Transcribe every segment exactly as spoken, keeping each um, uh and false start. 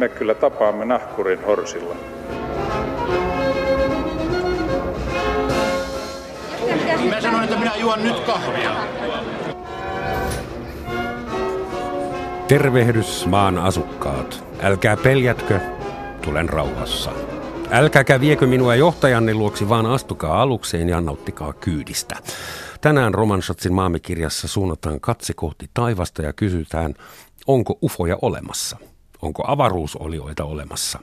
me kyllä tapaamme nahkurin horsilla. Mä sanoin, että minä juon nyt kahvia. Tervehdys maan asukkaat. Älkää peljätkö, tulen rauhassa. Älkääkä viekö minua johtajanne luoksi, vaan astukaa alukseen ja nauttikaa kyydistä. Tänään Roman Schatzin Maamikirjassa suunnataan katse kohti taivasta ja kysytään, onko ufoja olemassa? Onko avaruusolioita olemassa?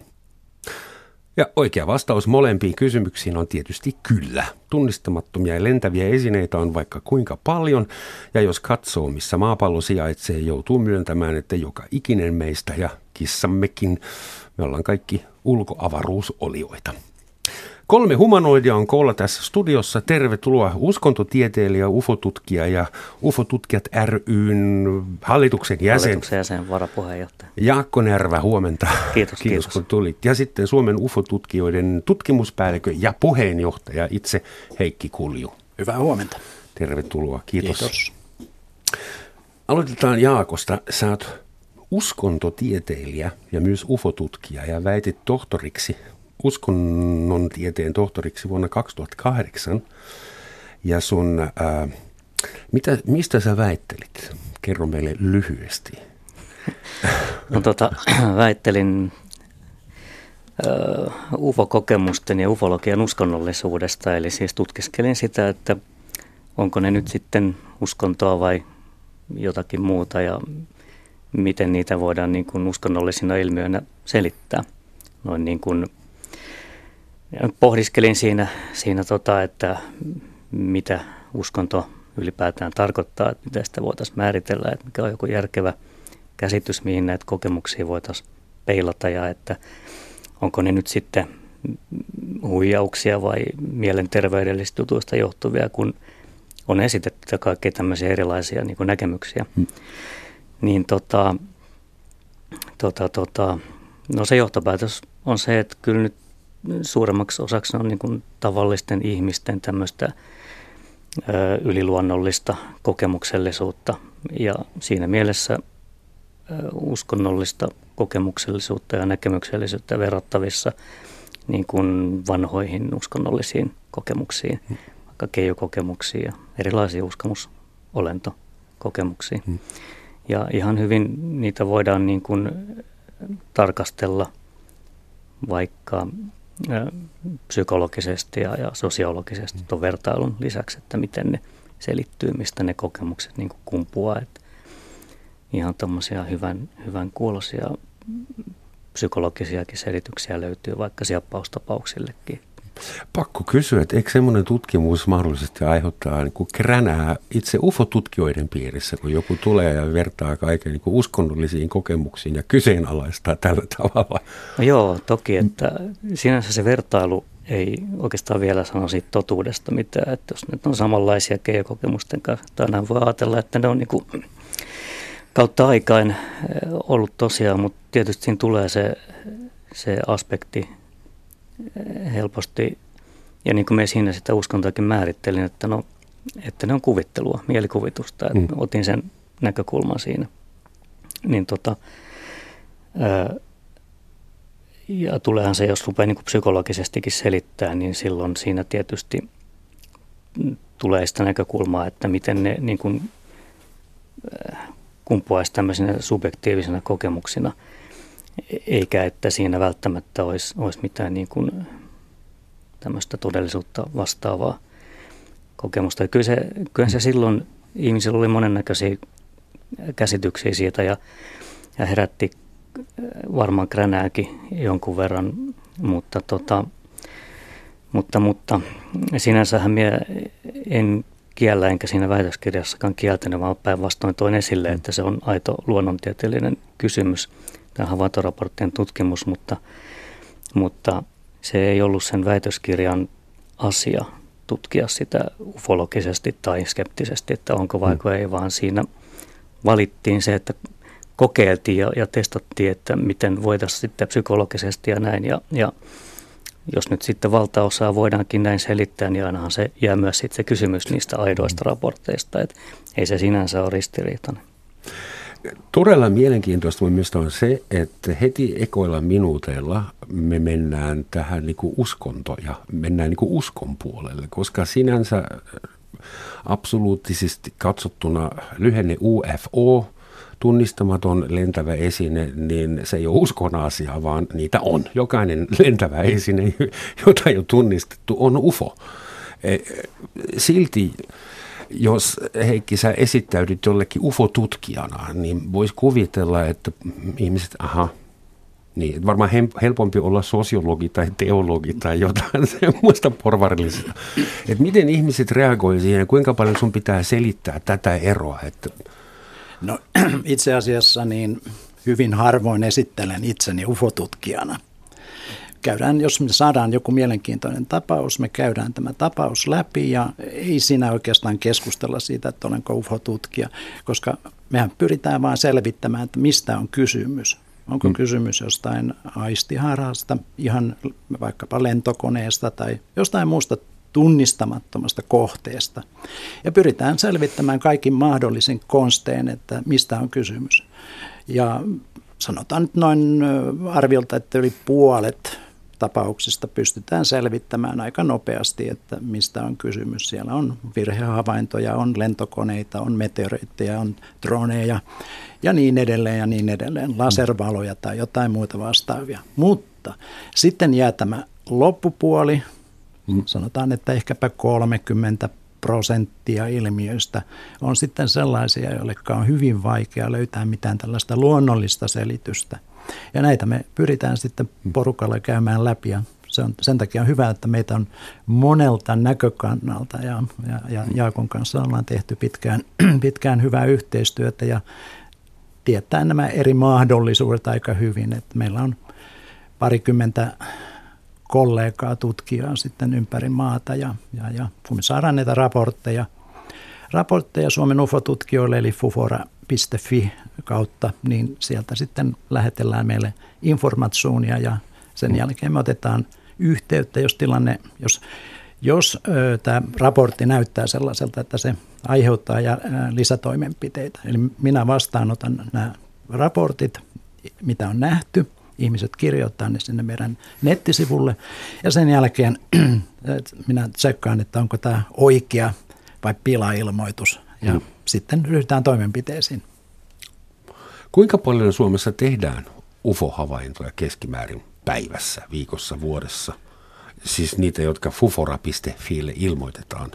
Ja oikea vastaus molempiin kysymyksiin on tietysti kyllä. Tunnistamattomia ja lentäviä esineitä on vaikka kuinka paljon, ja jos katsoo, missä maapallo sijaitsee, joutuu myöntämään, että joka ikinen meistä ja kissammekin, me ollaan kaikki ulkoavaruusolioita. Kolme humanoidia on koolla tässä studiossa. Tervetuloa uskontotieteilijä, ufotutkija ja ufotutkijat ryn hallituksen jäsen. Hallituksen jäsen, varapuheenjohtaja. Jaakko Närvä, huomenta. Kiitos, kiitos. Kiitos kun tulit. Ja sitten Suomen ufotutkijoiden tutkimuspäällikkö ja puheenjohtaja itse Heikki Kulju. Hyvää huomenta. Tervetuloa, kiitos. Kiitos. Aloitetaan Jaakosta. Sä oot uskontotieteilijä ja myös ufotutkija ja väitit tohtoriksi uskonnon tieteen tohtoriksi vuonna kaksituhattakahdeksan. Ja sun, ää, mitä, mistä sä väittelit? Kerro meille lyhyesti. No tota, väittelin äh, ufo-kokemusten ja ufologian uskonnollisuudesta. Eli siis tutkiskelin sitä, että onko ne nyt sitten uskontoa vai jotakin muuta ja miten niitä voidaan niin kuin uskonnollisina ilmiöinä selittää. Noin niin kuin pohdiskelin siinä, siinä tota, että mitä uskonto ylipäätään tarkoittaa, että miten sitä voitaisiin määritellä, että mikä on joku järkevä käsitys, mihin näitä kokemuksia voitaisiin peilata ja että onko ne nyt sitten huijauksia vai mielenterveydellisistä jutuista johtuvia, kun on esitetty kaikkia tämmöisiä erilaisia niin kuin näkemyksiä. Hmm. Niin tota, tota, tota, no se johtopäätös on se, että kyllä nyt suuremmaksi osaksi on niin kuin tavallisten ihmisten tämmöistä ö, yliluonnollista kokemuksellisuutta ja siinä mielessä ö, uskonnollista kokemuksellisuutta ja näkemyksellisyyttä verrattavissa niin kuin vanhoihin uskonnollisiin kokemuksiin, hmm. vaikka keijokokemuksiin ja erilaisiin uskomusolentokokemuksiin. Hmm. Ja ihan hyvin niitä voidaan niin kuin tarkastella vaikka psykologisesti ja, ja sosiologisesti tuon vertailun lisäksi, että miten ne selittyy, mistä ne kokemukset niin kuin kumpuaa. Että ihan tuommoisia hyvän, hyvän kuuloisia psykologisiakin selityksiä löytyy vaikka siappaustapauksillekin. Pakko kysyä, että eikö semmoinen tutkimus mahdollisesti aiheuttaa niin kuin kränää itse ufotutkijoiden piirissä, kun joku tulee ja vertaa kaiken niin kuin uskonnollisiin kokemuksiin ja kyseenalaistaa tällä tavalla? No joo, toki, että sinänsä se vertailu ei oikeastaan vielä sano siitä totuudesta mitään, että jos nyt on samanlaisia keijokokemusten kanssa, aina voi ajatella, että ne on niin kuin kautta aikain ollut tosiaan, mutta tietysti siinä tulee se, se aspekti helposti, ja niin kuin me siinä sitä uskontoakin määrittelin, että, no, että ne on kuvittelua, mielikuvitusta, että mm. otin sen näkökulman siinä. Niin tota, ää, ja tuleehan se, jos rupeaa niin kuin psykologisestikin selittää, niin silloin siinä tietysti tulee sitä näkökulmaa, että miten ne niin kuin, ää, kumpuaisi tämmöisenä subjektiivisena kokemuksina, eikä että siinä välttämättä olisi, olisi mitään niin kuin tämmöistä todellisuutta vastaavaa kokemusta. Kyllä se, kyllä se silloin ihmisillä oli monennäköisiä käsityksiä siitä ja, ja herätti varmaan kränääkin jonkun verran, mutta, tota, mutta, mutta sinänsähän minä en kiellä enkä siinä väitöskirjassakaan kieltänyt, vaan päinvastoin toin esille, että se on aito luonnontieteellinen kysymys. Tämä havaintoraporttien tutkimus, mutta, mutta se ei ollut sen väitöskirjan asia tutkia sitä ufologisesti tai skeptisesti, että onko vaiko ei, vaan siinä valittiin se, että kokeiltiin ja, ja testattiin, että miten voitaisiin sitten psykologisesti ja näin. Ja, ja jos nyt sitten valtaosaa voidaankin näin selittää, niin ainahan se jää myös sitten se kysymys niistä aidoista raporteista, että ei se sinänsä ole ristiriitainen. Todella mielenkiintoista mielestäni on se, että heti ekoilla minuuteilla me mennään tähän niin kuin uskonto ja mennään niin kuin uskon puolelle, koska sinänsä absoluuttisesti katsottuna lyhenne U F O, tunnistamaton lentävä esine, niin se ei ole uskon asia, vaan niitä on. Jokainen lentävä esine, jota ei ole tunnistettu, on U F O. Silti, jos Heikki, sä esittäydyt jollekin U F O-tutkijana, niin voisi kuvitella, että ihmiset, aha, niin varmaan helpompi olla sosiologi tai teologi tai jotain semmoista porvarillista. Että miten ihmiset reagoivat siihen, kuinka paljon sun pitää selittää tätä eroa, että no itse asiassa niin hyvin harvoin esittelen itseni U F O-tutkijana. Käydään, jos me saadaan joku mielenkiintoinen tapaus, me käydään tämä tapaus läpi ja ei siinä oikeastaan keskustella siitä, että olenko U F O-tutkija, koska mehän pyritään vaan selvittämään, että mistä on kysymys. Onko hmm. kysymys jostain aistiharhasta, ihan vaikkapa lentokoneesta tai jostain muusta tunnistamattomasta kohteesta. Ja pyritään selvittämään kaikin mahdollisin konstein, että mistä on kysymys. Ja sanotaan nyt noin arviolta, että yli puolet tapauksista pystytään selvittämään aika nopeasti, että mistä on kysymys. Siellä on virhehavaintoja, on lentokoneita, on meteoriitteja, on droneja ja niin edelleen ja niin edelleen, laservaloja tai jotain muuta vastaavia. Mutta sitten jää tämä loppupuoli, mm. sanotaan, että ehkäpä kolmekymmentä prosenttia ilmiöistä on sitten sellaisia, joille on hyvin vaikea löytää mitään tällaista luonnollista selitystä. Ja näitä me pyritään sitten porukalla käymään läpi ja se on, sen takia on hyvä, että meitä on monelta näkökannalta ja, ja, ja Jaakon kanssa ollaan tehty pitkään, pitkään hyvää yhteistyötä ja tietää nämä eri mahdollisuudet aika hyvin, että meillä on parikymmentä kollegaa, tutkijaa sitten ympäri maata ja, ja, ja kun me saadaan näitä raportteja, raportteja Suomen U F O-tutkijoille eli fufora piste fi kautta, niin sieltä sitten lähetellään meille informatsuunia ja sen jälkeen me otetaan yhteyttä, jos tilanne, jos, jos ö, tämä raportti näyttää sellaiselta, että se aiheuttaa ja, ä, lisätoimenpiteitä. Eli minä vastaanotan nämä raportit, mitä on nähty. Ihmiset kirjoittaa ne sinne meidän nettisivulle ja sen jälkeen minä tsekkaan, että onko tämä oikea vai pilailmoitus ja mm. sitten ryhdytään toimenpiteisiin. Kuinka paljon Suomessa tehdään U F O-havaintoja keskimäärin päivässä, viikossa, vuodessa? Siis niitä, jotka fufora piste fille ilmoitetaan.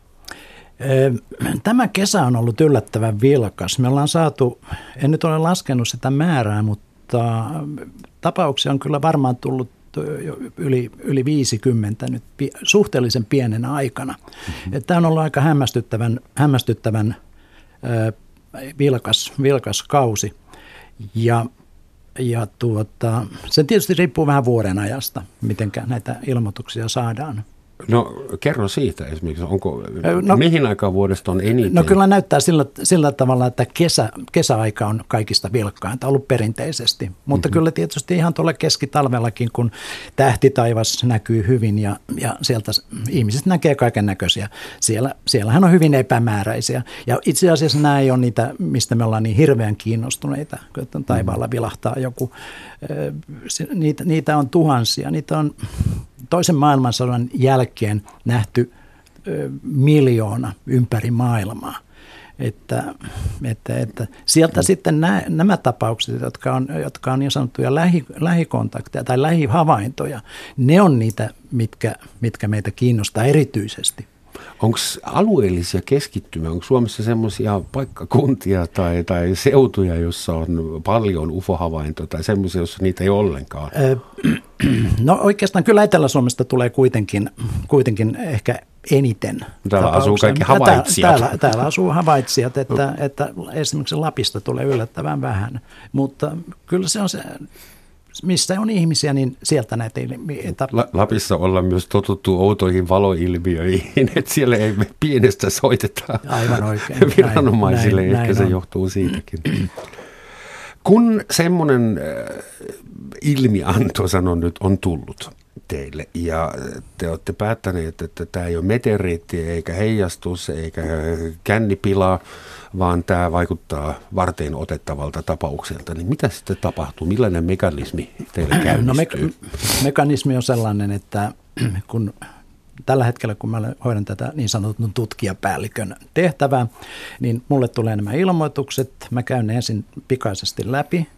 Tämä kesä on ollut yllättävän vilkas. Me ollaan saatu, en nyt ole laskenut sitä määrää, mutta tapauksia on kyllä varmaan tullut yli, yli viisikymmentä nyt suhteellisen pienenä aikana. Mm-hmm. Tämä on ollut aika hämmästyttävän, hämmästyttävän äh, vilkas, vilkas kausi ja, ja tuota, se tietysti riippuu vähän vuoden ajasta, miten näitä ilmoituksia saadaan. No kerro siitä esimerkiksi, onko, no, mihin aikaan vuodesta on eniten? No kyllä näyttää sillä, sillä tavalla, että kesä, kesäaika on kaikista vilkkainta ollut perinteisesti, mutta mm-hmm. kyllä tietysti ihan tuolla keskitalvellakin, kun tähtitaivas näkyy hyvin ja, ja sieltä ihmiset näkee kaiken näköisiä. Siellä, siellähän on hyvin epämääräisiä ja itse asiassa nämä ei ole niitä, mistä me ollaan niin hirveän kiinnostuneita, että taivaalla vilahtaa joku. Niitä, niitä on tuhansia, niitä on toisen maailmansodan jälkeen nähty ö, miljoona ympäri maailmaa. Että, että, että sieltä mm. sitten nä, nämä tapaukset, jotka on, jotka on niin sanottuja lähi, lähikontakteja tai lähihavaintoja, ne on niitä, mitkä, mitkä meitä kiinnostaa erityisesti. Onko alueellisia keskittymiä, onko Suomessa semmoisia paikkakuntia tai, tai seutuja, jossa on paljon U F O-havaintoja tai semmoisia, joissa niitä ei ole ollenkaan? No oikeastaan kyllä Etelä-Suomesta tulee kuitenkin, kuitenkin ehkä eniten. Täällä tapauksia. Asuu kaikki havaitsijat. Täällä, täällä asuu havaitsijat, että, että esimerkiksi Lapista tulee yllättävän vähän, mutta kyllä se on se, missä on ihmisiä, niin sieltä näitä ilmiöitä. Lapissa ollaan myös totuttu outoihin valoilmiöihin, että siellä ei pienestä soiteta. Aivan oikein. Viranomaisille, näin, ehkä näin se on. Johtuu siitäkin. Kun semmoinen ilmianto, sanon nyt, on tullut, teille ja te olette päättäneet, että tämä ei ole meteoriitti eikä heijastus eikä kännipila, vaan tämä vaikuttaa varteen otettavalta tapaukselta. Niin mitä sitten tapahtuu? Millainen mekanismi teille käynnistyy? No me- mekanismi on sellainen, että kun tällä hetkellä, kun mä hoidan tätä niin sanotun tutkijapäällikön tehtävää, niin mulle tulee nämä ilmoitukset. Mä käyn ne ensin pikaisesti läpi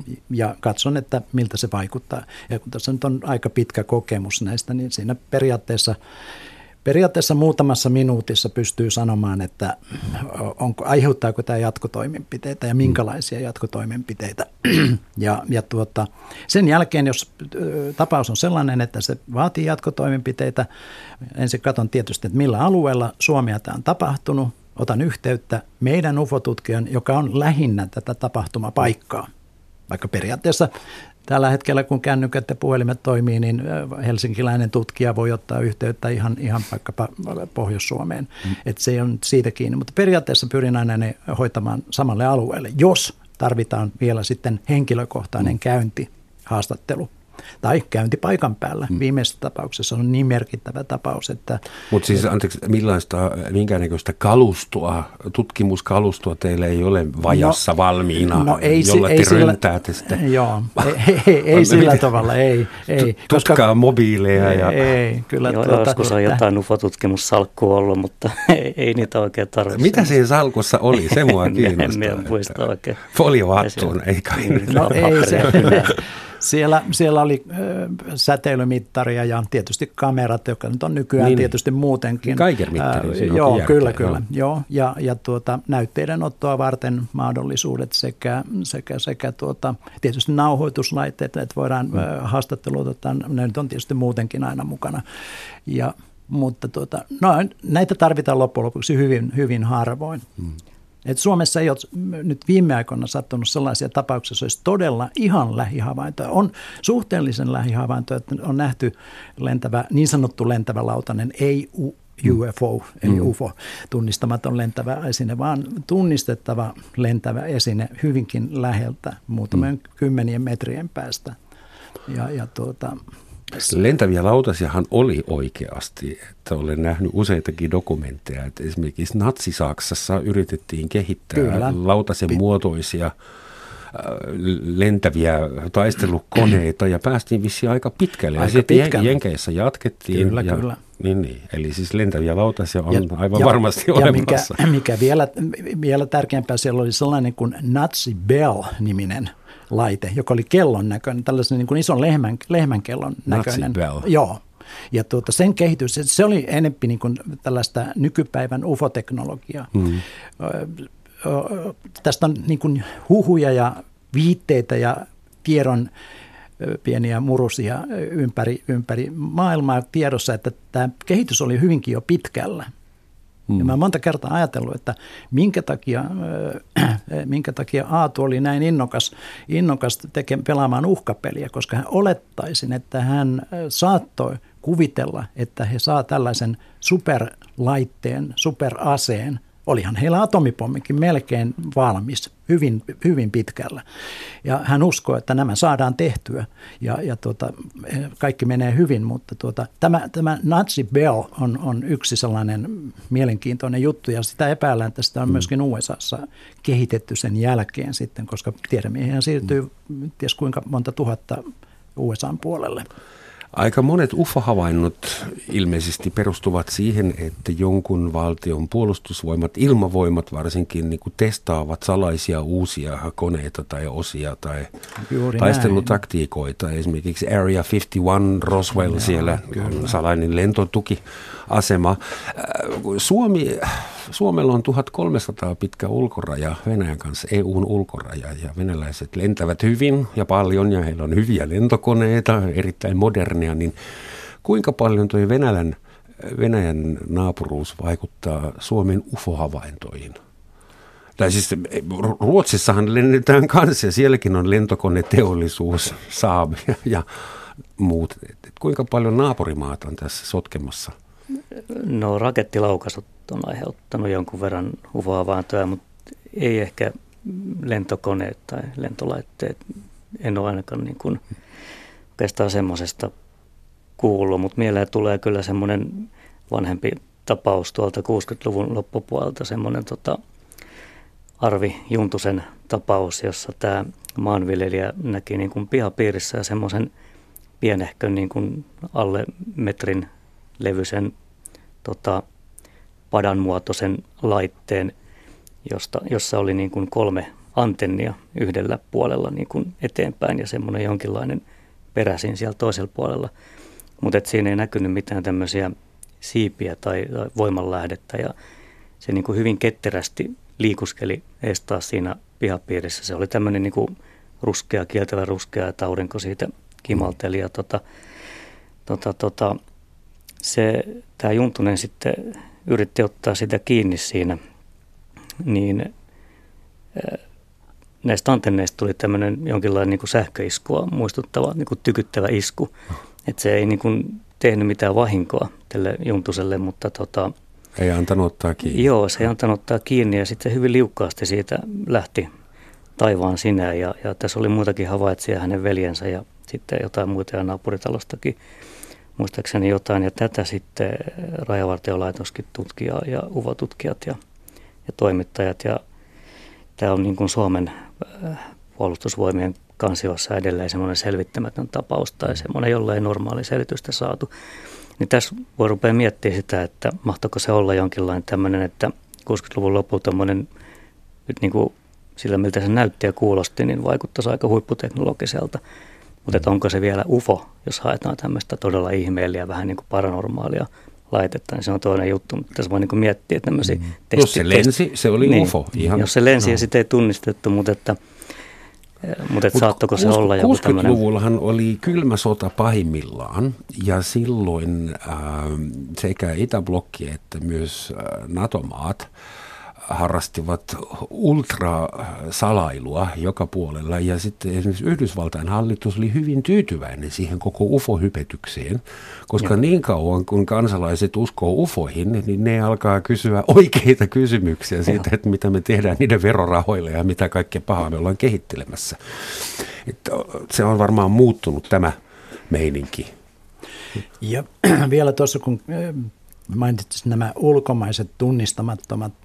ja katson, että miltä se vaikuttaa. Ja kun tässä nyt on aika pitkä kokemus näistä, niin siinä periaatteessa, periaatteessa muutamassa minuutissa pystyy sanomaan, että onko, aiheuttaako tämä jatkotoimenpiteitä ja minkälaisia jatkotoimenpiteitä. Ja, ja tuota, sen jälkeen, jos tapaus on sellainen, että se vaatii jatkotoimenpiteitä, ensin katson tietysti, että millä alueella Suomea tämä on tapahtunut. Otan yhteyttä meidän U F O-tutkijan, joka on lähinnä tätä tapahtumapaikkaa. Vaikka periaatteessa tällä hetkellä, kun kännykät ja puhelimet toimii, niin helsinkiläinen tutkija voi ottaa yhteyttä ihan, ihan vaikkapa Pohjois-Suomeen. Mm. Että se on siitä kiinni. Mutta periaatteessa pyrin aina ne hoitamaan samalle alueelle, jos tarvitaan vielä sitten henkilökohtainen mm. käynti, haastattelu. Tai käynti paikan päällä. Hmm. Viimeisessä tapauksessa on niin merkittävä tapaus, että... Mutta siis anteeksi, millaista, minkäännäköistä kalustoa, tutkimuskalustoa teillä ei ole vajassa no, valmiina, no ei, jolla ei te sillä, röntäätte sitä? Joo, ei, ei, ei sillä miten? tavalla, ei. ei Tutkaa koska, mobiileja. Ja... Ei, kyllä. Joo, tuota, joskus on jotain U F O-tutkimussalkkua ollut, mutta ei, ei niitä oikein tarvitse. Mitä siinä salkussa oli? Se mua kiinnostaa. En muista oikein. Foliohattuun, ei kai. No ei se. Siellä, siellä oli äh, säteilymittaria ja tietysti kamerat, jotka nyt on nykyään niin, tietysti muutenkin. Kaikermittari. Äh, joo, järkeä, kyllä, kyllä. Joo. Ja, ja tuota, näytteiden ottoa varten mahdollisuudet sekä, sekä, sekä tuota, tietysti nauhoituslaitteet, että voidaan mm. äh, haastattelut ottaa, ne nyt on tietysti muutenkin aina mukana. Ja, mutta tuota, no, näitä tarvitaan loppujen lopuksi hyvin, hyvin harvoin. Mm. Et Suomessa ei ole nyt viime aikoina sattunut sellaisia tapauksia, se olisi todella ihan lähihavaintoja. On suhteellisen lähihavaintoja, että on nähty lentävä, niin sanottu lentävä lautanen, ei U F O, eli U F O, tunnistamaton lentävä esine, vaan tunnistettava lentävä esine hyvinkin läheltä, muutamien mm. kymmenien metrien päästä. Ja, ja tuota... Lentäviä lautasiahan oli oikeasti, että olen nähnyt useitakin dokumentteja, että esimerkiksi Natsi-Saksassa yritettiin kehittää Kyllä. lautasen muotoisia lentäviä taistelukoneita ja päästiin vissiin aika pitkälle. Aika ja sitten pitkälle. Jenkeissä jatkettiin. Kyllä, ja, kyllä. Niin, niin. Eli siis lentäviä lautasia on ja, aivan ja, varmasti ja olemassa. Mikä, mikä vielä, vielä tärkeämpää, siellä oli sellainen kuin Nazi Bell-niminen laite, joka oli kellon näköinen, tällaisen niin kuin ison lehmän, lehmän kellon näköinen. Nazi Bell. Joo. Ja tuota, sen kehitys, se oli enemmän niin kuin tällaista nykypäivän U F O-teknologiaa. Mm. Tästä on niin kuin huhuja ja viitteitä ja tiedon pieniä murusia ympäri, ympäri maailmaa tiedossa, että tämä kehitys oli hyvinkin jo pitkällä. Hmm. Ja mä olen monta kertaa ajatellut, että minkä takia, äh, minkä takia Aatu oli näin innokas, innokas teke, pelaamaan uhkapeliä, koska hän olettaisin, että hän saattoi kuvitella, että he saa tällaisen superlaitteen, superaseen. Olihan heillä atomipommikin melkein valmis, hyvin, hyvin pitkällä. Ja hän uskoi, että nämä saadaan tehtyä ja, ja tuota, kaikki menee hyvin, mutta tuota, tämä, tämä Nazi Bell on, on yksi sellainen mielenkiintoinen juttu ja sitä epäillään, että sitä on myöskin U S A:ssa kehitetty sen jälkeen sitten, koska tiedemiehiä siirtyy ties kuinka monta tuhatta U S A:n puolelle. Aika monet U F O-havainnot ilmeisesti perustuvat siihen, että jonkun valtion puolustusvoimat, ilmavoimat varsinkin, niin kuin testaavat salaisia uusia koneita tai osia tai Juuri taistelutaktiikoita. Näin. Esimerkiksi Area viisikymmentäyksi Roswell, Joo, siellä on salainen lentotukiasema. Suomi, Suomella on tuhatkolmesataa pitkä ulkoraja Venäjän kanssa, E U:n ulkoraja, ja venäläiset lentävät hyvin ja paljon ja heillä on hyviä lentokoneita, erittäin modernia. Niin kuinka paljon tuo Venäjän, Venäjän naapuruus vaikuttaa Suomen U F O-havaintoihin? Tai siis Ruotsissahan lennetään kanssa ja sielläkin on lentokoneteollisuus, Saab ja, ja muut. Et kuinka paljon naapurimaat on tässä sotkemassa? No rakettilaukaisut on aiheuttanut jonkun verran U F O-havaintoja, mutta ei ehkä lentokoneet tai lentolaitteet. En ole ainakaan niin kuin oikeastaan semmoisesta kuullut, mutta mieleen tulee kyllä semmoinen vanhempi tapaus tuolta kuusikymmentäluvun loppupuolelta, semmoinen tota, Arvi Juntusen tapaus, jossa tämä maanviljelijä näki niin kuin pihapiirissä semmoisen pienehkön niin kuin alle metrin levyisen tota, padanmuotoisen laitteen, josta, jossa oli niin kuin kolme antennia yhdellä puolella niin kuin eteenpäin ja semmoinen jonkinlainen peräsin siellä toisella puolella. Mutta siinä ei näkynyt mitään tämmöisiä siipiä tai, tai voimanlähdettä ja se niin kuin hyvin ketterästi liikuskeli ees taas siinä pihapiirissä. Se oli tämmöinen niin kuin ruskea, kieltävä ruskea, että aurinko siitä kimalteli ja tota, tota, tota, se, tämä Juntunen sitten yritti ottaa sitä kiinni siinä, niin näistä antenneista tuli tämmöinen jonkinlainen niin kuin sähköiskua muistuttava niin kuin tykyttävä isku. Että se ei niin kuin tehnyt mitään vahinkoa tälle Juntuselle, mutta tota, ei antanut ottaa kiinni. Joo, se ei antanut ottaa kiinni ja sitten se hyvin liukkaasti siitä lähti taivaan sinään. Ja, ja tässä oli muitakin havaitsija, hänen veljensä ja sitten jotain muita ja naapuritalostakin muistaakseni jotain. Ja tätä sitten Rajavartiolaitoskin tutkija ja U F O-tutkijat ja, ja toimittajat. Ja tämä on niin kuin Suomen puolustusvoimien kansiossa edelleen semmoinen selvittämätön tapaus tai semmoinen, jolla ei normaali selitystä saatu. Niin tässä voi rupea miettimään sitä, että mahtoiko se olla jonkinlainen tämmöinen, että kuusikymmentäluvun lopulla tämmöinen, nyt niin kuin sillä miltä se näytti ja kuulosti, niin vaikuttaisi aika huipputeknologiselta. Mutta onko se vielä U F O, jos haetaan tämmöistä todella ihmeellistä, vähän niin kuin paranormaalia laitetta, niin se on toinen juttu. Mutta tässä voi niin kuin miettiä tämmöisiä mm. testi. Jos se lensi, se oli niin, U F O. Ihan. Jos se lensi no. ja sitä ei tunnistettu, mutta että Mutta et saattoiko se olla joku tämmöinen? kuusikymmentäluvullahan oli kylmä sota pahimmillaan ja silloin äh, sekä Itäblokki että myös äh, NATO-maat harrastivat ultrasalailua joka puolella ja sitten esimerkiksi Yhdysvaltain hallitus oli hyvin tyytyväinen siihen koko U F O-hypetykseen, koska ja. niin kauan kun kansalaiset uskoo U F Oihin, niin ne alkaa kysyä oikeita kysymyksiä siitä, että mitä me tehdään niiden verorahoilla ja mitä kaikkea pahaa me ollaan kehittelemässä. Että se on varmaan muuttunut tämä meininki. Ja vielä tuossa kun mainitsin nämä ulkomaiset tunnistamattomat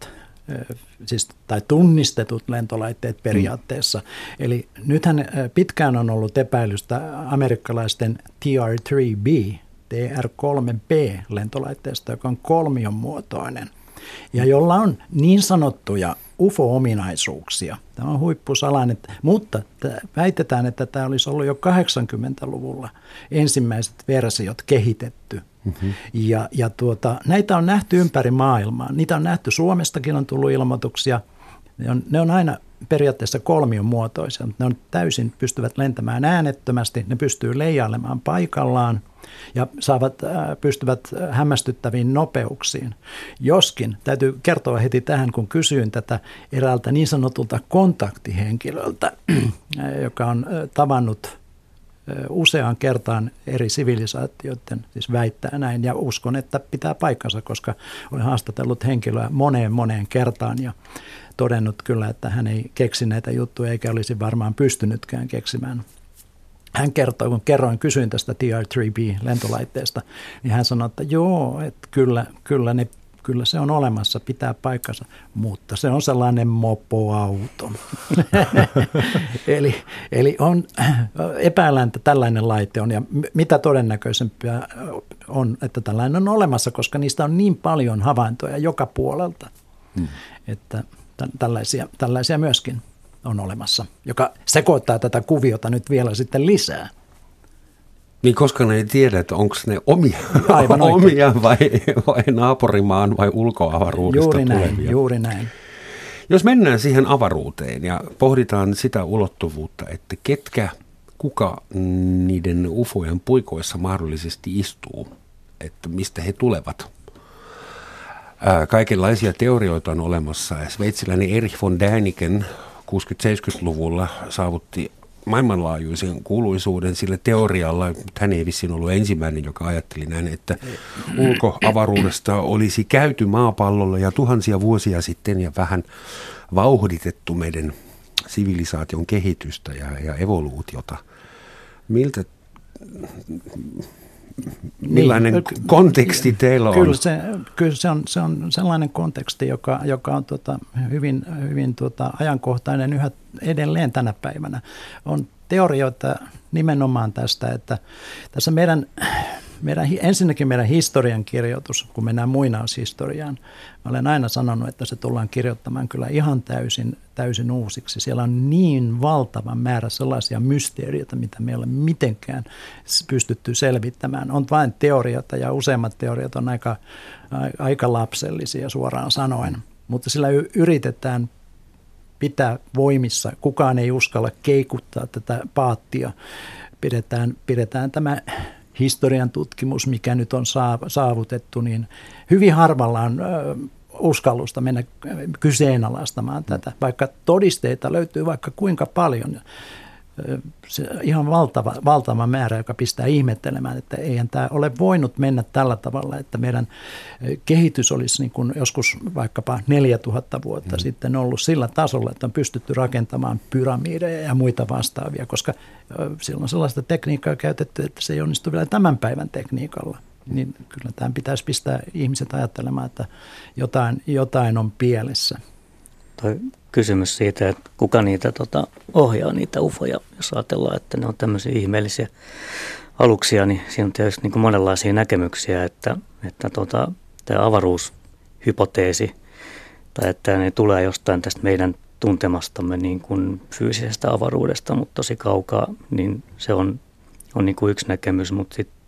siis, tai tunnistetut lentolaitteet periaatteessa. Mm. Eli nythän pitkään on ollut epäilystä amerikkalaisten T R kolme B, T R kolme B lentolaitteesta, joka on kolmion muotoinen ja jolla on niin sanottuja U F O-ominaisuuksia. Tämä on huippusalainen, mutta väitetään, että tämä olisi ollut jo kahdeksankymmentäluvulla ensimmäiset versiot kehitetty. Mm-hmm. Ja, ja tuota, näitä on nähty ympäri maailmaa. Niitä on nähty, Suomestakin on tullut ilmoituksia. Ne on, ne on aina periaatteessa kolmion muotoisia, mutta ne on täysin pystyvät lentämään äänettömästi. Ne pystyy leijailemaan paikallaan ja saavat, äh, pystyvät hämmästyttäviin nopeuksiin. Joskin, täytyy kertoa heti tähän, kun kysyin tätä eräältä niin sanotulta kontaktihenkilöltä, joka on äh, tavannut useaan kertaan eri sivilisaatioiden, siis väittää näin, ja uskon, että pitää paikkansa, koska olen haastatellut henkilöä moneen moneen kertaan ja todennut kyllä, että hän ei keksi näitä juttuja eikä olisi varmaan pystynytkään keksimään. Hän kertoi, kun kerroin, kysyin tästä T R kolme B-lentolaitteesta, niin hän sanoi, että joo, että kyllä, kyllä, ne, kyllä se on olemassa, pitää paikkansa, mutta se on sellainen mopoauto. eli, eli on, epäillään, että tällainen laite on, ja mitä todennäköisempää on, että tällainen on olemassa, koska niistä on niin paljon havaintoja joka puolelta, hmm. että tällaisia, tällaisia myöskin on olemassa, joka sekoittaa tätä kuviota nyt vielä sitten lisää. Niin koska ne ei tiedä, että onko ne omia, omia vai, vai naapurimaan vai ulkoavaruudesta juuri tulevia. Näin, juuri näin. Jos mennään siihen avaruuteen ja pohditaan sitä ulottuvuutta, että ketkä, kuka niiden ufojen puikoissa mahdollisesti istuu, että mistä he tulevat. Ää, kaikenlaisia teorioita on olemassa. Sveitsiläinen Erich von Däniken kuusikymmentä-seitsemänkymmentäluvulla saavutti maailmanlaajuisen kuuluisuuden sillä teorialla, mutta hän ei vissiin ollut ensimmäinen, joka ajatteli näin, että ulkoavaruudesta olisi käyty maapallolla ja tuhansia vuosia sitten ja vähän vauhditettu meidän sivilisaation kehitystä ja, ja evoluutiota. Miltä, millainen niin, konteksti teillä on? Kyllä se, kyllä se, on, se on sellainen konteksti, joka, joka on tuota, hyvin, hyvin tuota, ajankohtainen yhä edelleen tänä päivänä. On teorioita nimenomaan tästä, että tässä meidän, meidän, ensinnäkin meidän historiankirjoitus, kun mennään muinaishistoriaan, mä olen aina sanonut, että se tullaan kirjoittamaan kyllä ihan täysin, täysin uusiksi. Siellä on niin valtava määrä sellaisia mysteerioita, mitä me ei ole mitenkään pystytty selvittämään. On vain teorioita ja useimmat teoriat on aika, aika lapsellisia suoraan sanoen, mutta sillä yritetään pitää voimissa. Kukaan ei uskalla keikuttaa tätä paattia. Pidetään, pidetään tämä historian tutkimus, mikä nyt on saavutettu, niin hyvin harvalla on uskallusta mennä kyseenalaistamaan tätä, vaikka todisteita löytyy vaikka kuinka paljon. Se ihan valtava, valtava määrä, joka pistää ihmettelemään, että eihän tämä ole voinut mennä tällä tavalla, että meidän kehitys olisi niin kuin joskus vaikkapa neljätuhatta vuotta mm. sitten ollut sillä tasolla, että on pystytty rakentamaan pyramideja ja muita vastaavia, koska siellä on sellaista tekniikkaa käytetty, että se ei onnistu vielä tämän päivän tekniikalla. Niin kyllä tämän pitäisi pistää ihmiset ajattelemaan, että jotain, jotain on pielessä. Toi kysymys siitä, että kuka niitä tota, ohjaa, niitä ufoja, jos ajatellaan, että ne on tämmöisiä ihmeellisiä aluksia, niin siinä on tietysti niin kuin monenlaisia näkemyksiä, että, että tota, tämä avaruushypoteesi, tai että ne tulee jostain tästä meidän tuntemastamme niin kuin fyysisestä avaruudesta, mutta tosi kaukaa, niin se on, on niin kuin yksi näkemys, mutta sitten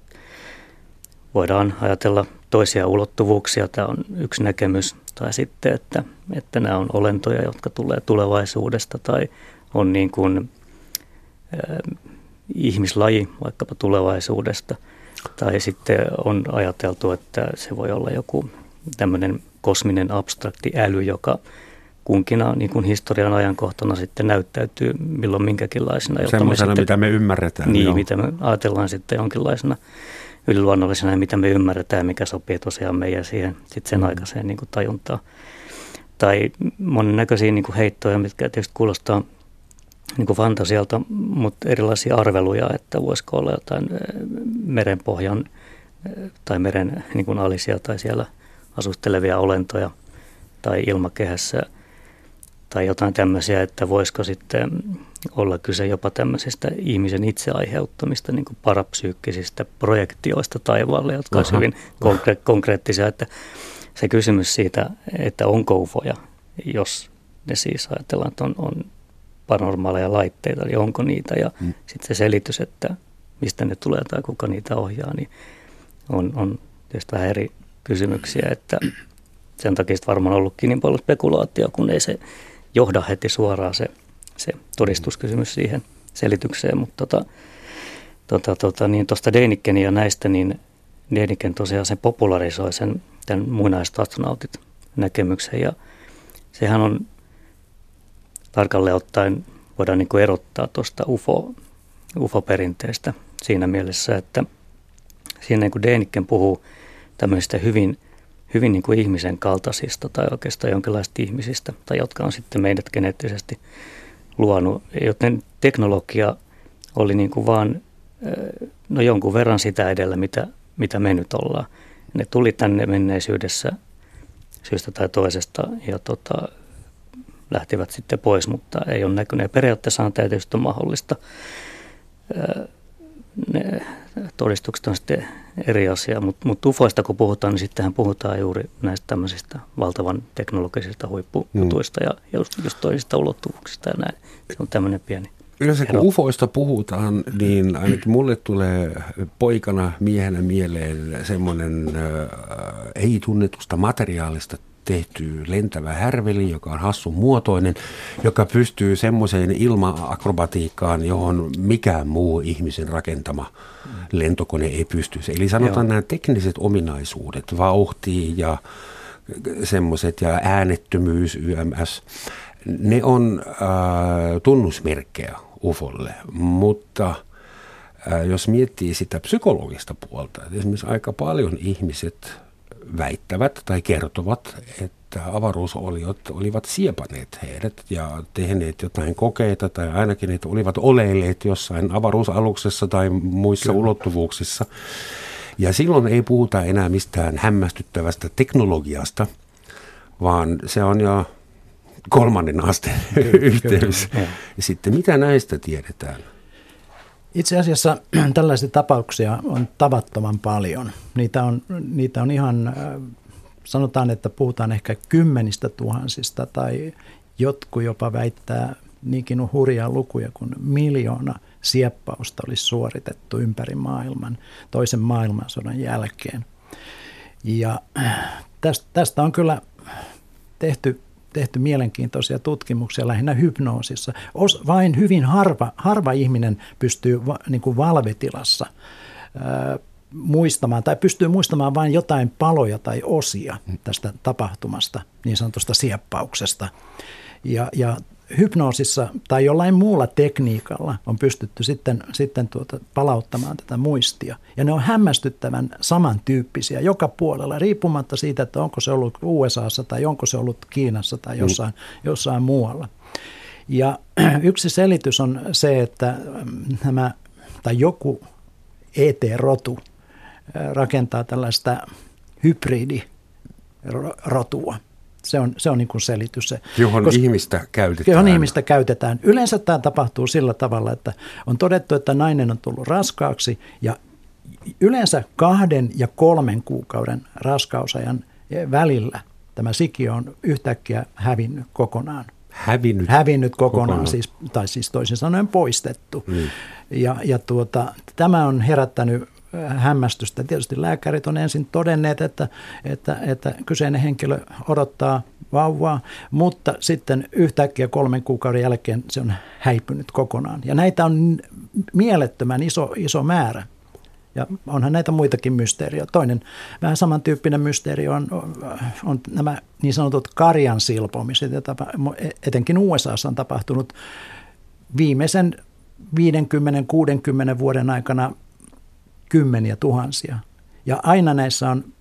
voidaan ajatella toisia ulottuvuuksia, tämä on yksi näkemys, tai sitten, että, että nämä on olentoja, jotka tulee tulevaisuudesta, tai on niin kuin äh, ihmislaji vaikkapa tulevaisuudesta, tai sitten on ajateltu, että se voi olla joku tämmöinen kosminen abstrakti äly, joka kunkina niin kuin historian ajankohtana sitten näyttäytyy milloin minkäkinlaisena. Semmoisena, mitä me ymmärretään. Niin, jo. Mitä me ajatellaan sitten jonkinlaisena yliluonnollisena, mitä me ymmärretään, mikä sopii tosiaan meidän siihen sitten sen aikaiseen niin kuin tajuntaan. Tai monennäköisiä niin kuin heittoja, mitkä tietysti kuulostaa niin kuin fantasialta, mutta erilaisia arveluja, että voisiko olla jotain merenpohjan tai meren niin kuin alisia tai siellä asustelevia olentoja tai ilmakehässä tai jotain tämmöisiä, että voisiko sitten olla kyse jopa tämmöisistä ihmisen itse aiheuttamista niin kuin parapsyykkisistä projektioista taivaalle, jotka olisi hyvin konkre- konkreettisia, että se kysymys siitä, että onko ufoja, jos ne siis ajatellaan, että on, on paranormaaleja laitteita, niin onko niitä, ja mm. sitten se selitys, että mistä ne tulee tai kuka niitä ohjaa, niin on, on tietysti vähän eri kysymyksiä, että sen takia varmaan ollutkin niin paljon spekulaatio, kun ei se johda heti suoraan se, se todistuskysymys siihen selitykseen, mutta tota, tota, tota, niin tuosta Däniken ja näistä, niin Däniken tosiaan se popularisoi sen tämän muinaiset astronautit näkemyksen, ja sehän on tarkalleen ottaen, voidaan niin kuin erottaa tuosta UFO, UFO-perinteestä siinä mielessä, että siinä niin kuin Däniken puhuu tämmöisistä hyvin hyvin niin kuin ihmisen kaltaisista tai oikeastaan jonkinlaisista ihmisistä, tai jotka on sitten meidät geneettisesti luonut, joten teknologia oli niin kuin vaan no jonkun verran sitä edellä, mitä, mitä me nyt ollaan. Ne tuli tänne menneisyydessä syystä tai toisesta ja tota, lähtivät sitten pois, mutta ei ole näkynyt. Ja periaatteessa on tietysti mahdollista. Ne todistukset on sitten eri asia, mutta mut ufoista kun puhutaan, niin sittenhän puhutaan juuri näistä tämmöisistä valtavan teknologisista huippujutuista mm. ja just, just toisista ulottuvuuksista ja näin. Se on tämmöinen pieni Yleensä kun ero. ufoista puhutaan, niin ainakin mulle tulee poikana, miehenä mieleen semmoinen äh, ei-tunnetusta materiaalista tehty lentävä härveli, joka on hassun muotoinen, joka pystyy semmoiseen ilma-akrobatiikkaan, johon mikään muu ihmisen rakentama lentokone ei pysty. Eli sanotaan Joo. nämä tekniset ominaisuudet, vauhti ja semmoiset ja äänettömyys, Y M S, ne on äh, tunnusmerkkejä ufolle, mutta äh, jos miettii sitä psykologista puolta, että esimerkiksi aika paljon ihmiset väittävät tai kertovat, että avaruusoliot olivat siepaneet heidät ja tehneet jotain kokeita tai ainakin, että olivat oleilleet jossain avaruusaluksessa tai muissa Kyllä. ulottuvuuksissa. Ja silloin ei puhuta enää mistään hämmästyttävästä teknologiasta, vaan se on jo kolmannen asteen yhteys. Ja sitten mitä näistä tiedetään? Itse asiassa tällaisia tapauksia on tavattoman paljon. Niitä on, niitä on ihan, sanotaan, että puhutaan ehkä kymmenistä tuhansista tai jotkut jopa väittää niinkin on hurjaa lukuja, kun miljoona sieppausta olisi suoritettu ympäri maailman toisen maailmansodan jälkeen. Ja tästä, tästä on kyllä tehty, tehty mielenkiintoisia tutkimuksia lähinnä hypnoosissa. Os, vain hyvin harva, harva ihminen pystyy va, niin kuin valvetilassa ää, muistamaan tai pystyy muistamaan vain jotain paloja tai osia tästä tapahtumasta, niin sanotusta sieppauksesta. Ja, ja hypnoosissa tai jollain muulla tekniikalla on pystytty sitten, sitten tuota palauttamaan tätä muistia. Ja ne on hämmästyttävän samantyyppisiä joka puolella, riippumatta siitä, että onko se ollut U S A:ssa tai onko se ollut Kiinassa tai jossain, jossain muualla. Ja yksi selitys on se, että nämä, tai joku E T-rotu rakentaa tällaista hybridirotua. Se on, se on niin kuin selitys. Se. Johon Koska, ihmistä käytetään. Johon ihmistä käytetään. Yleensä tämä tapahtuu sillä tavalla, että on todettu, että nainen on tullut raskaaksi ja yleensä kahden ja kolmen kuukauden raskausajan välillä tämä sikiö on yhtäkkiä hävinnyt kokonaan. Hävinnyt? Hävinnyt kokonaan, kokonaan. Siis, tai siis toisin sanoen poistettu. Mm. Ja, ja tuota, tämä on herättänyt hämmästystä. Tietysti lääkärit on ensin todenneet, että, että, että kyseinen henkilö odottaa vauvaa, mutta sitten yhtäkkiä kolmen kuukauden jälkeen se on häipynyt kokonaan. Ja näitä on mielettömän iso, iso määrä. Ja onhan näitä muitakin mysteerioita. Toinen vähän samantyyppinen mysteeri on, on nämä niin sanotut karjan silpomiset, joita etenkin U S A:ssa on tapahtunut viimeisen viisikymmentä kuusikymmentä vuoden aikana kymmeniä tuhansia. Ja aina näissä on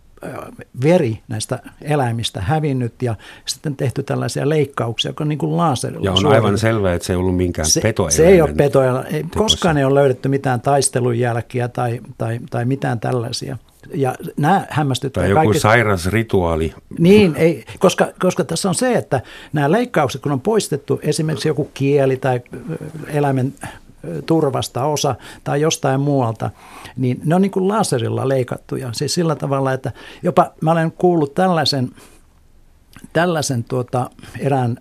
veri näistä eläimistä hävinnyt ja sitten tehty tällaisia leikkauksia, jotka on niin kuin laserilla. Ja on suoritettu. Aivan selvää, että se ei ollut minkään se, petoeläimen. Se ei ole petoeläimen. Koskaan ei ole löydetty mitään taistelun jälkiä tai, tai, tai mitään tällaisia. Ja nämä hämmästyttää tai joku kaikista. Sairas rituaali. Niin, ei, koska, koska tässä on se, että nämä leikkaukset, kun on poistettu esimerkiksi joku kieli tai eläimen turvasta osa tai jostain muualta, niin ne on niin kuin laserilla leikattuja. Siis sillä tavalla, että jopa mä olen kuullut tällaisen, tällaisen tuota, erään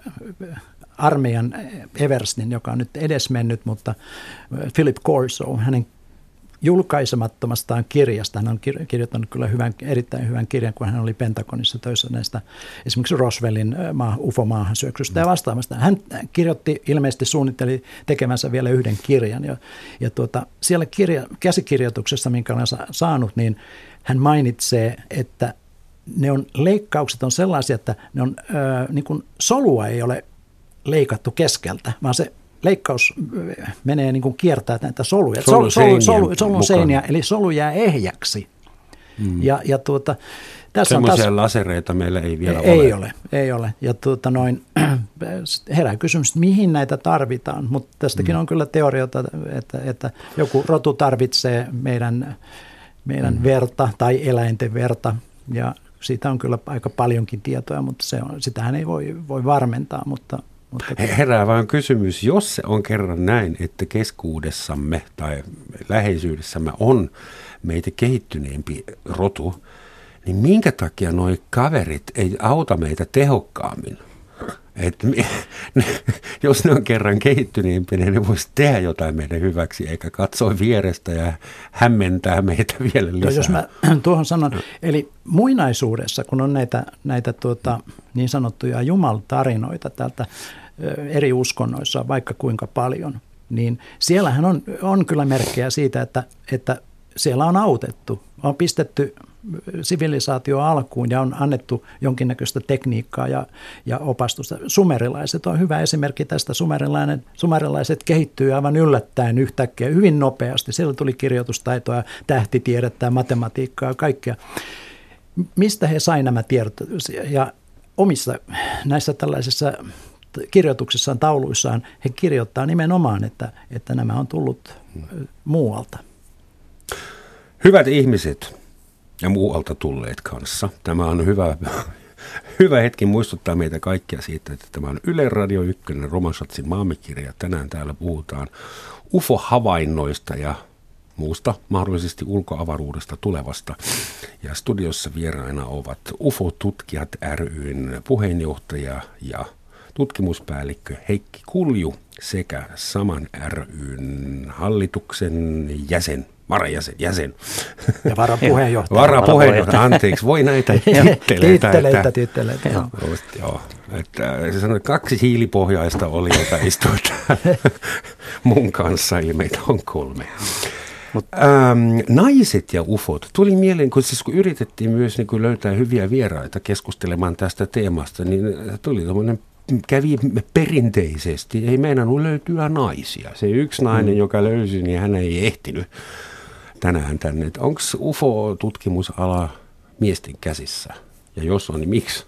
armeijan everstin, joka on nyt edesmennyt, mutta Philip Corso, hänen julkaisemattomastaan kirjasta. Hän on kirjoittanut kyllä hyvän, erittäin hyvän kirjan, kun hän oli Pentagonissa töissä näistä esimerkiksi Roswellin U F O-maahansyöksystä ja vastaamasta. Hän kirjoitti, ilmeisesti suunnitteli tekemänsä vielä yhden kirjan. Ja, ja tuota, siellä kirja, käsikirjoituksessa, minkä olen saanut, niin hän mainitsee, että ne on, leikkaukset on sellaisia, että ne on, ö, niin kuin solua ei ole leikattu keskeltä, vaan se leikkaus menee niin kuin kiertää näitä soluja. Solu, solu, solu, solun seiniä, eli solu jää ehjäksi. Mm. Ja, ja tuota, tässä semmoisia taas, lasereita meillä ei vielä ei ole. Ei ole, ei ole. Ja tuota noin, herää kysymys, mihin näitä tarvitaan. Mutta tästäkin mm. on kyllä teorioita, että, että joku rotu tarvitsee meidän, meidän mm. verta tai eläinten verta. Ja siitä on kyllä aika paljonkin tietoa, mutta se on, sitähän ei voi, voi varmentaa, mutta herää vaan kysymys, jos se on kerran näin, että keskuudessamme tai läheisyydessämme on meitä kehittyneempi rotu, niin minkä takia nuo kaverit ei auta meitä tehokkaammin? Et me, ne, jos ne on kerran kehittyneempiä, niin ne voisi tehdä jotain meidän hyväksi, eikä katsoa vierestä ja hämmentää meitä vielä lisää. No, jos mä tuohon sanon, eli muinaisuudessa, kun on näitä, näitä tuota, niin sanottuja jumaltarinoita täältä eri uskonnoissa, vaikka kuinka paljon, niin siellähän on, on kyllä merkkejä siitä, että, että siellä on autettu, on pistetty sivilisaatio alkuun ja on annettu jonkinnäköistä tekniikkaa ja, ja opastusta. Sumerilaiset on hyvä esimerkki tästä. Sumerilainen, sumerilaiset kehittyy aivan yllättäen yhtäkkiä hyvin nopeasti. Siellä tuli kirjoitustaitoa, tähtitiedettä ja matematiikkaa ja kaikkea. Mistä he sai nämä tiedot? Ja omissa näissä tällaisissa kirjoituksissaan, tauluissaan he kirjoittaa nimenomaan, että, että nämä on tullut muualta. Hyvät ihmiset ja muualta tulleet kanssa. Tämä on hyvä, hyvä hetki muistuttaa meitä kaikkia siitä, että tämä on Yle Radio yksi, Roman Schatzin maamekirja. Tänään täällä puhutaan U F O-havainnoista ja muusta, mahdollisesti ulkoavaruudesta tulevasta. Ja studiossa vieraina ovat U F O-tutkijat ry:n puheenjohtaja ja tutkimuspäällikkö Heikki Kulju sekä saman ry:n hallituksen jäsen, varajäsen, jäsen. Ja varapuheenjohtaja. Varapuheenjohtaja, anteeksi, voi näitä titteleitä. Titteleitä, titteleitä. Joo, joo. Että se sanoi, että kaksi hiilipohjaista oli, jota istuu mun kanssa, eli meitä on kolme. Ähm, naiset ja ufot. Tuli mieleen, kun, siis kun yritettiin myös niin kun löytää hyviä vieraita keskustelemaan tästä teemasta, niin tuli tämmöinen, kävi perinteisesti, ei meinannut löytyä naisia. Se yksi nainen, mm. joka löysi, niin hän ei ehtinyt tänään tänne. Onko U F O-tutkimusala miesten käsissä? Ja jos on, niin miksi?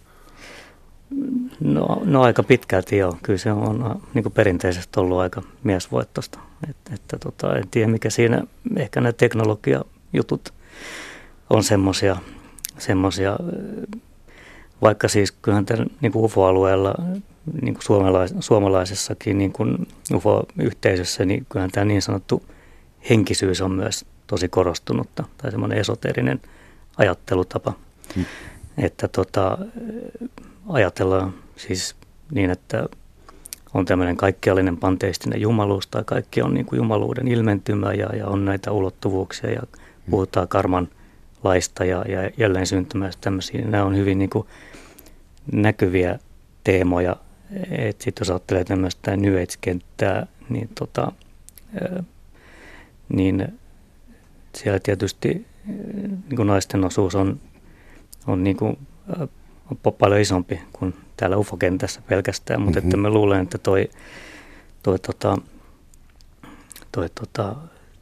No, no aika pitkälti joo. Kyllä se on niin kuin perinteisesti ollut aika miesvoittoista. Et, että tota, en tiedä mikä siinä, ehkä nämä teknologiajutut on semmoisia, semmoisia vaikka siis kyllähän tämän niin kuin U F O-alueella, niin kuin suomalais, suomalaisessakin niin kuin U F O-yhteisössä, niin kyllähän tämä niin sanottu henkisyys on myös tosi korostunutta, tai semmoinen esoteerinen ajattelutapa, hmm. että tota, ajatellaan siis niin, että on tämmöinen kaikkiallinen panteistinen jumaluus, tai kaikki on niin kuin jumaluuden ilmentymä, ja, ja on näitä ulottuvuuksia, ja puhutaan karman laista ja, ja jälleen syntymästä tämmöisiä. Nämä on hyvin niin kuin näkyviä teemoja. Sitten jos ajattelee tämmöistä New Age-kenttää, niin, tota, niin siellä tietysti niin kuin naisten osuus on, on, niin kuin, on paljon isompi kuin täällä U F O-kentässä pelkästään, mutta mm-hmm. että mä luulen, että toi, toi, tota, toi tota,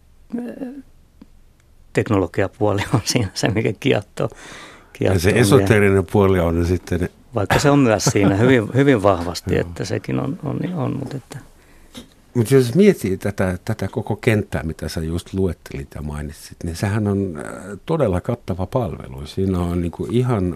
teknologiapuoli on siinä se, mikä kiehtoo. Ja se esoteerinen puoli on sitten... Vaikka se on myös siinä hyvin, hyvin vahvasti, että sekin on, on, on mutta että... Mutta jos miettii tätä, tätä koko kenttää, mitä sä just luettelit ja mainitsit, niin sehän on todella kattava palvelu. Siinä on niinku ihan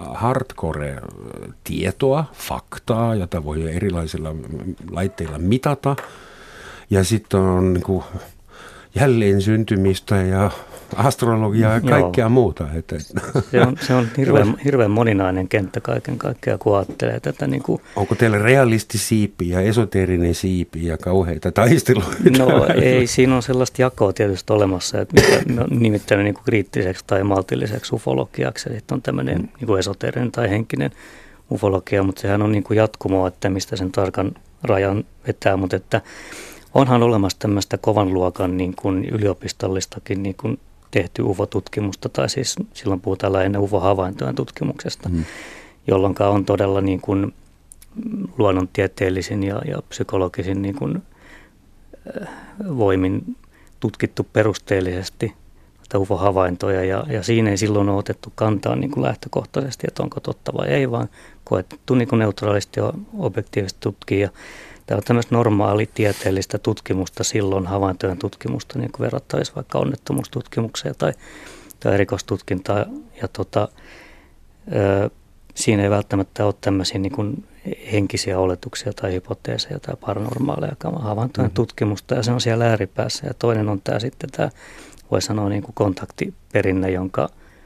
hardcore-tietoa, faktaa, jota voi erilaisilla laitteilla mitata. Ja sitten on niinku jälleen syntymistä ja astrologiaa ja kaikkea Joo. muuta. Että. Se on, se on hirveän, hirveän moninainen kenttä kaiken kaikkiaan, kun ajattelee tätä. Niin kuin... Onko teillä realistisiipi ja esoteerinen siipi ja kauheita taisteluita? No ei, siinä on sellaista jakoa tietysti olemassa, että mikä on nimittänyt niin kuin kriittiseksi tai maltilliseksi ufologiaksi. Ja sitten on tämmöinen mm. niin kuin esoteerinen tai henkinen ufologia, mutta sehän on niin kuin jatkumoa, että mistä sen tarkan rajan vetää, mutta että onhan olemassa tämmöistä kovan luokan niin kuin yliopistollistakin niin kuin tehty U F O-tutkimusta, tai siis silloin puhutaan lähinnä U F O-havaintojen tutkimuksesta, mm. jolloin on todella niin kuin luonnontieteellisin ja, ja psykologisin niin kuin, äh, voimin tutkittu perusteellisesti U F O-havaintoja, ja, ja siinä ei silloin ole otettu kantaa niin kuin lähtökohtaisesti, että onko totta vai ei, vaan koettu niin kuin neutraalisti ja objektiivisesti tutkia. Tämä on tämmöistä normaalitieteellistä tutkimusta silloin, havaintojen tutkimusta, niin kuin verrattaisiin vaikka onnettomuustutkimukseen tai, tai erikoistutkintaa. Ja tota, ö, siinä ei välttämättä ole tämmöisiä niin kuin henkisiä oletuksia tai hypoteeseja tai paranormaaleja havaintojen mm-hmm. tutkimusta, ja se on siellä ääripäässä. Ja toinen on tämä sitten tämä, voi sanoa niin kuin kontaktiperinne, jonka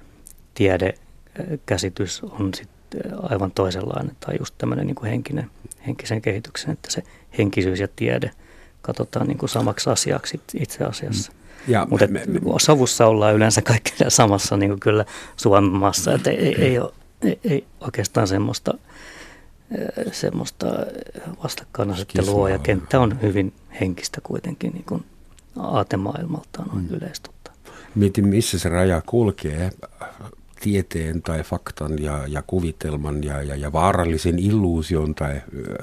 tiedekäsitys on sitten aivan toisenlainen, tai just tämmöinen niin kuin henkinen, henkisen kehityksen, että se henkisyys ja tiede katsotaan niin kuin samaksi asiaksi itse asiassa. Mutta sovussa ollaan yleensä kaikki samassa niin kuin kyllä Suomessa, että ei, ei, ole, ei, ei oikeastaan semmoista, semmoista vastakkainasettelua, ja kenttä on hyvin henkistä kuitenkin niin kuin aatemaailmaltaan on mm. yleistuttaa. Mietin, missä se raja kulkee tieteen tai faktan ja, ja kuvitelman ja, ja, ja vaarallisen illuusion tai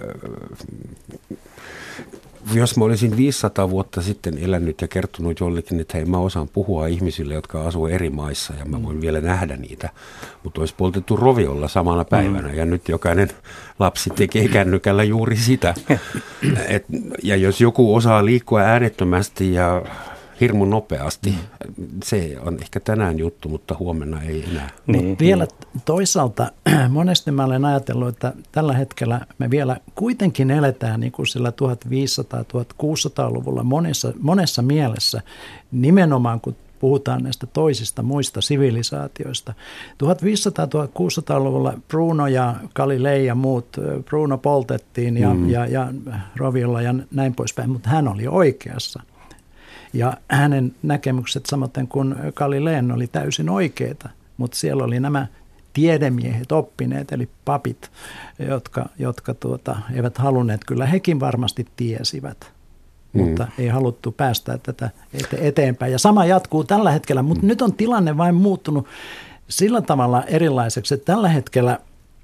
jos mä olisin viisisataa vuotta sitten elänyt ja kertonut jollekin, että hei, mä osaan puhua ihmisille, jotka asuu eri maissa ja mä voin mm. vielä nähdä niitä, mutta olisi poltettu roviolla samana päivänä mm. ja nyt jokainen lapsi tekee kännykällä juuri sitä. Et, ja jos joku osaa liikkua äänettömästi ja hirmu nopeasti. Mm. Se on ehkä tänään juttu, mutta huomenna ei enää. Niin, Mut vielä niin. Toisaalta monesti mä olen ajatellut, että tällä hetkellä me vielä kuitenkin eletään niin kuin sillä tuhatviisisataa-tuhatkuusisataaluvulla monessa, monessa mielessä, nimenomaan kun puhutaan näistä toisista muista sivilisaatioista. tuhatviisisataa-tuhatkuusisataaluvulla Bruno ja Galilei ja muut, Bruno poltettiin ja, mm. ja, ja roviolla ja näin poispäin, mutta hän oli oikeassa. Ja hänen näkemykset samaten kuin Galileen oli täysin oikeita, mutta siellä oli nämä tiedemiehet, oppineet, eli papit, jotka, jotka tuota, eivät halunneet, kyllä hekin varmasti tiesivät. Mutta mm. ei haluttu päästää tätä eteenpäin. Ja sama jatkuu tällä hetkellä, mutta mm. nyt on tilanne vain muuttunut sillä tavalla erilaiseksi, että tällä hetkellä,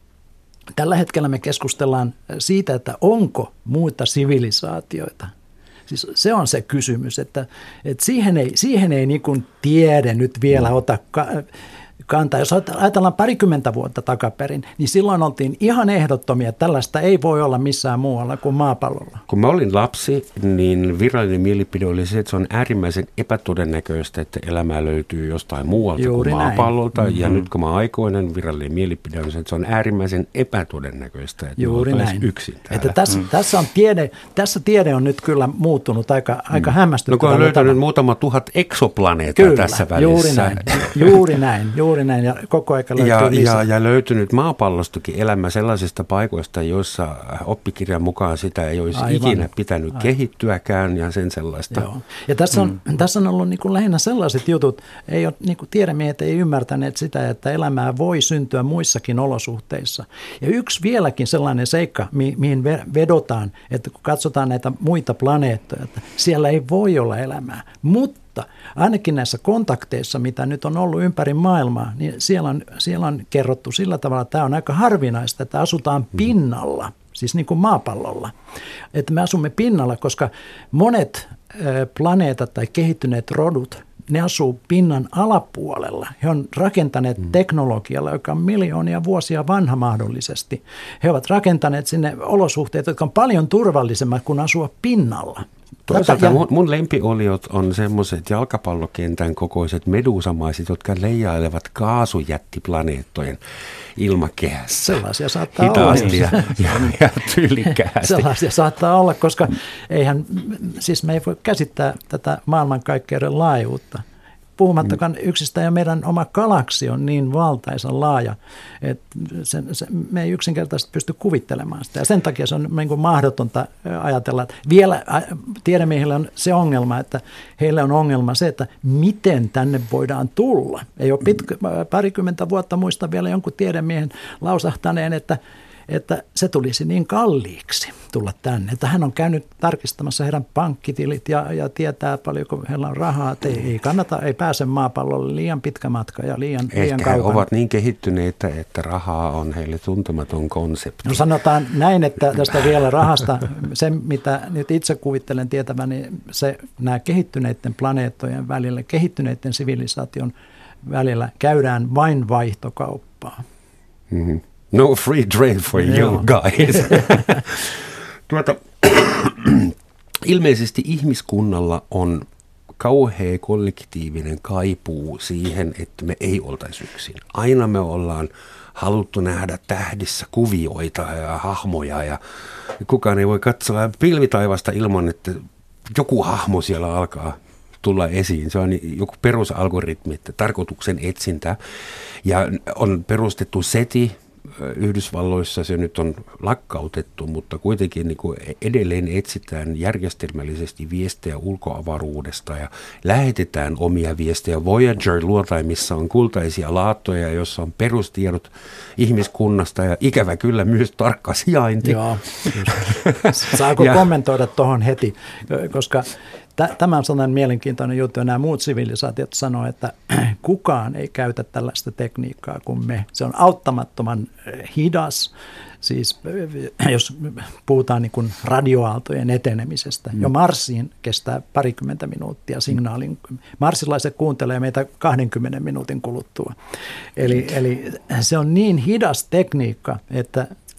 tällä hetkellä me keskustellaan siitä, että onko muita sivilisaatioita. Siis se on se kysymys, että, että siihen ei, siihen ei niin kuin tiede nyt vielä ota ka- kantaa. Jos ajatellaan parikymmentä vuotta takaperin, niin silloin oltiin ihan ehdottomia, että tällaista ei voi olla missään muualla kuin maapallolla. Kun mä olin lapsi, niin virallinen mielipide oli se, että se on äärimmäisen epätodennäköistä, että elämää löytyy jostain muualta Juuri kuin maapallolta. Mm-hmm. Ja nyt kun mä oon aikuinen, virallinen mielipide on se, että se on äärimmäisen epätodennäköistä, että Juuri me oltaisiin yksin täällä. Että tässä, mm. tässä, on tiede, tässä tiede on nyt kyllä muuttunut aika, aika mm. hämmästyttävällä. No kun on löytänyt tavalla. muutama tuhat eksoplaneettaa kyllä, tässä välissä. Juuri näin, juuri näin. Juuri näin, ja koko ajan löytyy ja, lisää. Ja, ja löytynyt maapallostakin elämä sellaisista paikoista, joissa oppikirjan mukaan sitä ei olisi Aivan. ikinä pitänyt Aivan. kehittyäkään ja sen sellaista. Joo. Ja tässä on, mm. tässä on ollut niin kuin lähinnä sellaiset jutut, ei ole, niin kuin tiedemiehet ei ymmärtäneet sitä, että elämää voi syntyä muissakin olosuhteissa. Ja yksi vieläkin sellainen seikka, mi- mihin vedotaan, että kun katsotaan näitä muita planeettoja, että siellä ei voi olla elämää, mutta ainakin näissä kontakteissa, mitä nyt on ollut ympäri maailmaa, niin siellä on, siellä on kerrottu sillä tavalla, että tämä on aika harvinaista, että asutaan pinnalla, siis niin kuin maapallolla. Että me asumme pinnalla, koska monet planeetat tai kehittyneet rodut, ne asuu pinnan alapuolella. He on rakentaneet mm. teknologialla, joka on miljoonia vuosia vanha mahdollisesti. He ovat rakentaneet sinne olosuhteet, jotka on paljon turvallisemmat kuin asua pinnalla. Toisaalta mun, mun lempioliot on semmoiset jalkapallokentän kokoiset medusamaiset, jotka leijailevat kaasujättiplaneettojen ilmakehässä. Sellaisia saattaa Hitaasti olla. Hitaasti ja, ja tyylikkäästi. Sellaisia saattaa olla, koska eihän, siis me ei voi käsittää tätä maailmankaikkeuden laajuutta. Puhumattakaan mm. yksistään ja meidän oma galaksi on niin valtaisan laaja, että se, se, me ei yksinkertaisesti pysty kuvittelemaan sitä. Ja sen takia se on niin kuin mahdotonta ajatella. Vielä tiedemiehillä on se ongelma, että heillä on ongelma se, että miten tänne voidaan tulla. Ei ole pitkä, parikymmentä vuotta muista vielä jonkun tiedemiehen lausahtaneen, että että se tulisi niin kalliiksi tulla tänne. Että hän on käynyt tarkistamassa heidän pankkitilit ja, ja tietää paljonko heillä on rahaa. Että ei, ei kannata, ei pääse maapallolle, liian pitkä matka ja liian, liian kaukana. Ehkä he ovat niin kehittyneitä, että rahaa on heille tuntematon konsepti. No sanotaan näin, että tästä vielä rahasta, se mitä nyt itse kuvittelen tietäväni, se nämä kehittyneiden planeettojen välillä, kehittyneiden sivilisaation välillä käydään vain vaihtokauppaa. Mm-hmm. No free trade for you guys. tuota, ilmeisesti ihmiskunnalla on kauhea kollektiivinen kaipuu siihen, että me ei oltaisi yksin. Aina me ollaan haluttu nähdä tähdissä kuvioita ja hahmoja ja kukaan ei voi katsoa pilvitaivasta ilman, että joku hahmo siellä alkaa tulla esiin. Se on joku perusalgoritmi, että tarkoituksen etsintä ja on perustettu SETI. Yhdysvalloissa se nyt on lakkautettu, mutta kuitenkin niin kuin edelleen etsitään järjestelmällisesti viestejä ulkoavaruudesta ja lähetetään omia viestejä. Voyager-luotaimissa on kultaisia laattoja, jossa on perustiedot ihmiskunnasta ja ikävä kyllä myös tarkka sijainti. Joo, saako ja kommentoida tuohon heti, koska tämä on sellainen mielenkiintoinen juttu, ja nämä muut sivilisaatiot sanoo, että kukaan ei käytä tällaista tekniikkaa kuin me. Se on auttamattoman hidas, siis jos puhutaan niin kuin radioaaltojen etenemisestä. Jo Marsiin kestää parikymmentä minuuttia signaalin. Marsilaiset kuuntelee meitä kahdenkymmenen minuutin kuluttua. Eli, eli se on niin hidas tekniikka, että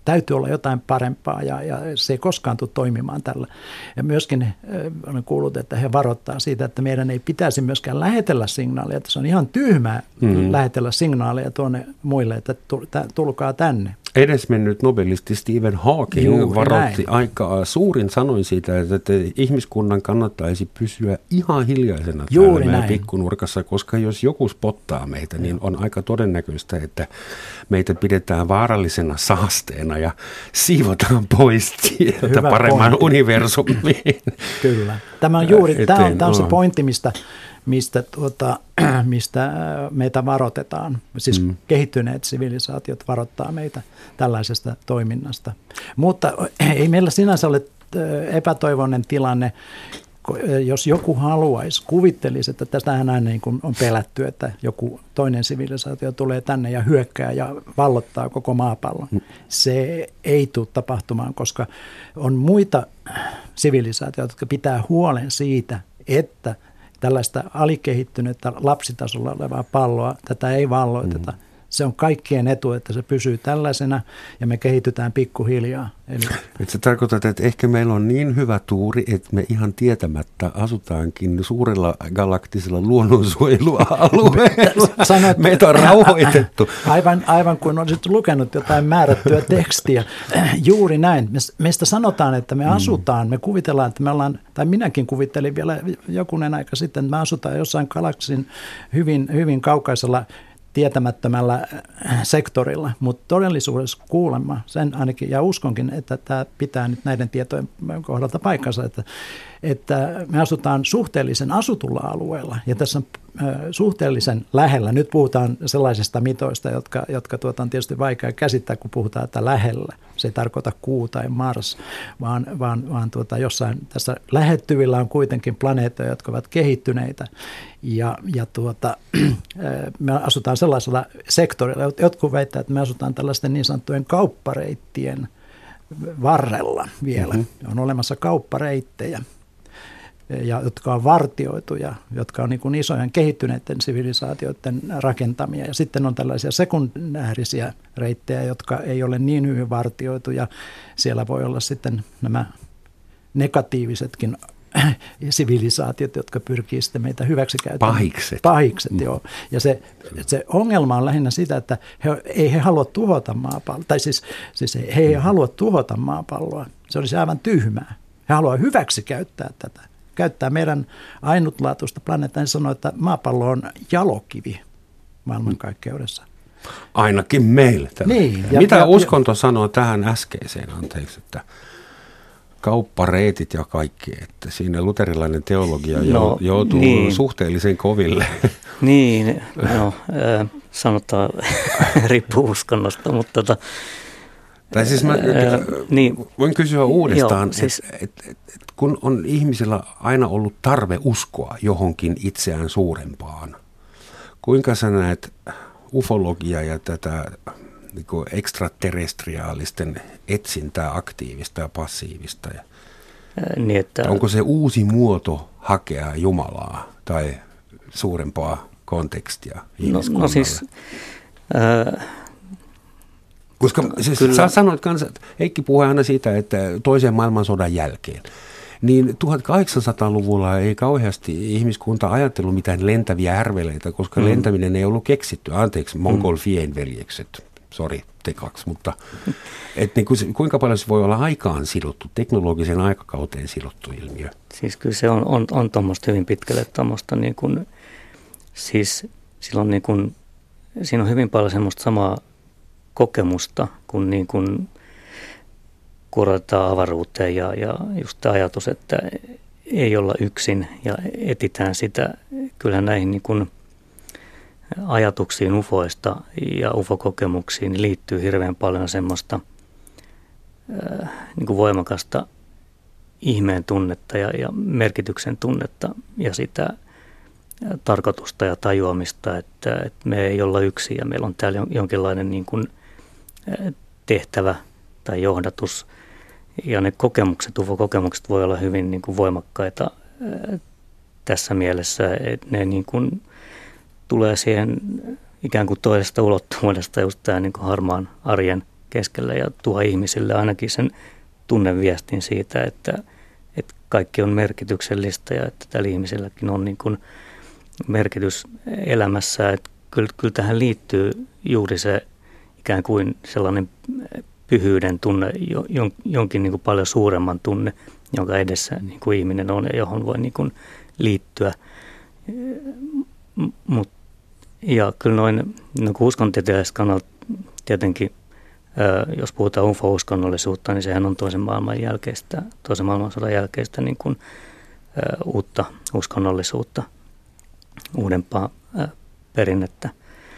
täytyy olla jotain parempaa ja, ja se ei koskaan tule toimimaan tällä. Ja myöskin äh, olen kuullut, että he varoittaa siitä, että meidän ei pitäisi myöskään lähetellä signaaleja, että se on ihan tyhmää mm-hmm. lähetellä signaaleja tuonne muille, että tulkaa tänne. Edesmennyt nobelisti Stephen Hawking Juuri varoitti näin. aika suurin sanoin siitä, että ihmiskunnan kannattaisi pysyä ihan hiljaisena Juuri täällä meidän pikkunurkassa, koska jos joku spottaa meitä, niin on aika todennäköistä, että meitä pidetään vaarallisena saasteena ja siivotaan pois sieltä Hyvä paremman pointti. universumiin. Kyllä. Tämä on juuri tämä on, tämä on se pointti, mistä Mistä, tuota, mistä meitä varoitetaan. Siis mm. kehittyneet sivilisaatiot varoittaa meitä tällaisesta toiminnasta. Mutta ei meillä sinänsä ole epätoivoinen tilanne, jos joku haluaisi, kuvittelisi, että tästähän aina niin kuin on pelätty, että joku toinen sivilisaatio tulee tänne ja hyökkää ja vallottaa koko maapallon. Mm. Se ei tule tapahtumaan, koska on muita sivilisaatioita, jotka pitää huolen siitä, että tällaista alikehittynyttä lapsitasolla olevaa palloa, tätä ei valloiteta. Mm. Se on kaikkien etu, että se pysyy tällaisena ja me kehitytään pikkuhiljaa. Eli et se tarkoittaa, että ehkä meillä on niin hyvä tuuri, että me ihan tietämättä asutaankin suurella galaktisella luonnonsuojelualueella. Sanoit, meitä on rauhoitettu. Aivan, aivan kuin olisit lukenut jotain määrättyä tekstiä. Juuri näin. Meistä sanotaan, että me asutaan, me kuvitellaan, että me ollaan, tai minäkin kuvittelin vielä jokunen aika sitten, että me asutaan jossain galaksin hyvin, hyvin kaukaisella tietämättömällä sektorilla, mutta todellisuudessa kuulemma sen ainakin, ja uskonkin, että tämä pitää nyt näiden tietojen kohdalta paikkansa, että, että me asutaan suhteellisen asutulla alueella, ja tässä on suhteellisen lähellä. Nyt puhutaan sellaisista mitoista, jotka, jotka tuota on tietysti vaikea käsittää, kun puhutaan, että lähellä. Se ei tarkoita Kuu tai Mars, vaan, vaan, vaan tuota jossain tässä lähettyvillä on kuitenkin planeettoja, jotka ovat kehittyneitä. Ja, ja tuota, me asutaan sellaisella sektorilla, jotkut väittävät, että me asutaan tällaisten niin sanottujen kauppareittien varrella vielä. Mm-hmm. On olemassa kauppareittejä, ja jotka on vartioituja, jotka on niin kuin isojen kehittyneiden sivilisaatioiden rakentamia. Ja sitten on tällaisia sekundäärisiä reittejä, jotka ei ole niin hyvin vartioituja. Siellä voi olla sitten nämä negatiivisetkin sivilisaatiot, jotka pyrkii sitten meitä hyväksikäyttämään. Pahikset. Pahikset, mm. joo. Ja se, se ongelma on lähinnä sitä, että he, ei he halua tuhota maapalloa. Tai siis, siis he ei mm. halua tuhota maapalloa. Se olisi aivan tyhmää. He haluavat hyväksikäyttää tätä. Käyttää meidän ainutlaatuista planeettaa ja sanoo, että maapallo on jalokivi maailmankaikkeudessa. Ainakin meille. Niin, ja, Mitä ja, uskonto ja, sanoo tähän äskeiseen, anteeksi, että kauppareitit ja kaikki, että siinä luterilainen teologia no, joutuu niin. suhteellisen koville. Niin, no äh, sanotaan, riippuu uskonnosta, mutta tota, tai siis mä äh, niin, voin kysyä uudestaan, joo, siis, että et, et, et, kun on ihmisillä aina ollut tarve uskoa johonkin itseään suurempaan, kuinka sä näet ufologia ja tätä niin kuin ekstraterrestriaalisten etsintää aktiivista ja passiivista? Ja niin, että onko se uusi muoto hakea Jumalaa tai suurempaa kontekstia ihmiskunnalle? No, no siis Äh, Koska siis sä sanoit kanssa, Heikki puhui aina siitä, että toisen maailmansodan jälkeen, niin tuhatkahdeksansataaluvulla ei kauheasti ihmiskunta ajatellut mitään lentäviä härveleitä, koska mm. lentäminen ei ollut keksitty. Anteeksi, Montgolfier veljekset, sori te kaksi, mutta et niin kuin, kuinka paljon se voi olla aikaan sidottu, teknologiseen aikakauteen sidottu ilmiö? Siis kyllä se on, on, on tuommoista hyvin pitkälle tuommoista, niin kuin, siis silloin niin kuin, siinä on hyvin paljon semmoista samaa kokemusta, kun niin kuin kurotetaan avaruuteen ja, ja just tämä ajatus, että ei olla yksin ja etitään sitä. Kyllähän näihin niin kuin ajatuksiin ufoista ja ufokokemuksiin liittyy hirveän paljon semmoista äh, niin kuin voimakasta ihmeen tunnetta ja, ja merkityksen tunnetta ja sitä tarkoitusta ja tajuamista, että, että me ei olla yksin ja meillä on täällä jonkinlainen niin kuin tehtävä tai johdatus. Ja ne kokemukset, ufo-kokemukset voi olla hyvin niin kuin voimakkaita tässä mielessä, että ne niin kuin tulee siihen ikään kuin toisesta ulottuvuudesta just tämä niin kuin harmaan arjen keskellä ja tuo ihmisille ainakin sen tunneviestin siitä, että, että kaikki on merkityksellistä ja että tällä ihmiselläkin on niin kuin merkitys elämässä. Että kyllä, kyllä tähän liittyy juuri se ikään kuin sellainen pyhyyden tunne, jonkin niin kuin paljon suuremman tunne, jonka edessä niin kuin ihminen on ja johon voi niin kuin liittyä. Mut, ja kyllä noin niin kuin uskontieteellisestä kannalta tietenkin, jos puhutaan U F O-uskonnollisuutta, niin sehän on toisen maailman jälkeistä, toisen maailmansodan jälkeistä niin kuin, uutta uskonnollisuutta, uudempaa perinnettä.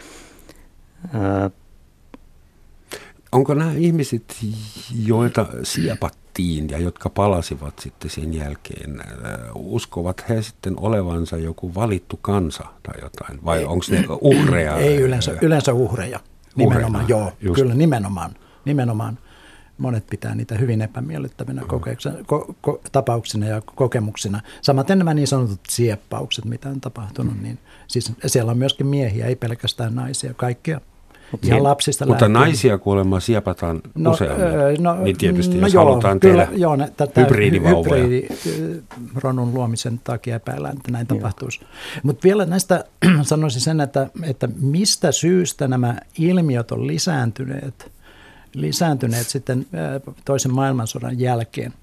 Onko nämä ihmiset, joita siepattiin ja jotka palasivat sitten sen jälkeen, uskovat he sitten olevansa joku valittu kansa tai jotain? Vai onko ne uhreja? Ei yleensä, yleensä uhreja. Nimenomaan, joo, just. Kyllä nimenomaan. nimenomaan. Monet pitää niitä hyvin epämiellyttävinä mm. ko- ko- tapauksina ja kokemuksina. Samaten nämä niin sanotut sieppaukset, mitä on tapahtunut, mm. niin siis siellä on myöskin miehiä, ei pelkästään naisia, kaikkia. Ihan lapsista Mutta lähtien. Naisia kuulemma siepataan no, useammin, no, niin tietysti no jos joo, halutaan kyllä, tehdä joo, ne, hybridivauvoja. Hybridironun luomisen takia epäillään, että näin joo. tapahtuisi. Mutta vielä näistä sanoisin sen, että, että mistä syystä nämä ilmiöt on lisääntyneet, lisääntyneet sitten toisen maailmansodan jälkeen.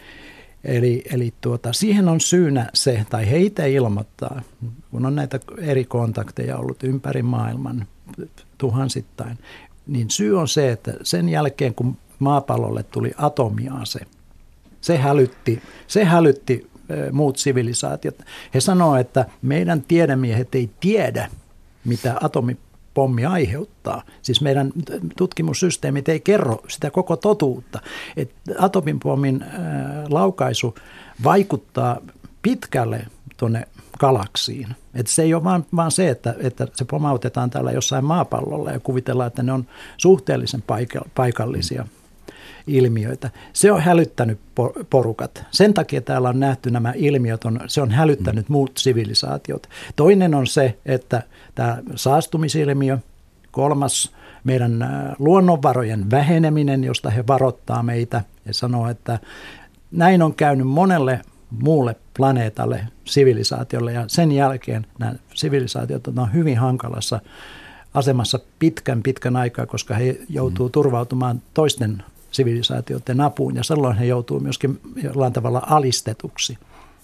Eli, eli tuota, siihen on syynä se, tai he itse ilmoittaa, kun on näitä eri kontakteja ollut ympäri maailman tuhansittain, niin syy on se, että sen jälkeen kun maapallolle tuli atomiase, se hälytti, se hälytti muut sivilisaatiot. He sanoo, että meidän tiedemiehet ei tiedä, mitä atomipommi aiheuttaa. Siis meidän tutkimussysteemit ei kerro sitä koko totuutta. Että atomipommin laukaisu vaikuttaa pitkälle tuonne galaksiin. Että se ei ole vaan, vaan se, että, että se pomautetaan täällä jossain maapallolla ja kuvitellaan, että ne on suhteellisen paikallisia ilmiöitä. Se on hälyttänyt porukat. Sen takia täällä on nähty nämä ilmiöt, on, se on hälyttänyt muut sivilisaatiot. Toinen on se, että tämä saastumisilmiö, kolmas meidän luonnonvarojen väheneminen, josta he varoittaa meitä ja sanoo, että näin on käynyt monelle muulle planeetalle, sivilisaatiolle, ja sen jälkeen nämä sivilisaatiot on hyvin hankalassa asemassa pitkän pitkän aikaa, koska he joutuu turvautumaan toisten sivilisaatioiden apuun, ja silloin he joutuu myöskin jollain tavalla alistetuksi.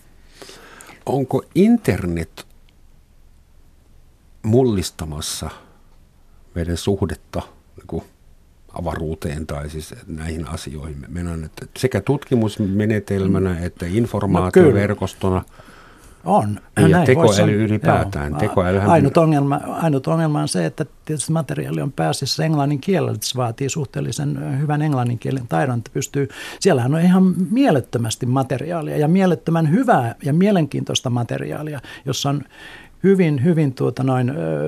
Onko internet mullistamassa meidän suhdetta niin avaruuteen tai siis näihin asioihin? Mennään, että sekä tutkimusmenetelmänä että informaatioverkostona. No on. Ja näin tekoäly ylipäätään. Tekoälyhän... Ainut, ongelma, ainut ongelma on se, että tietysti materiaali on pääasiassa englannin kielellä, että se vaatii suhteellisen hyvän englannin kielen taidon, että pystyy, siellähän on ihan mielettömästi materiaalia ja mielettömän hyvää ja mielenkiintoista materiaalia, jossa on hyvin, hyvin tuota noin...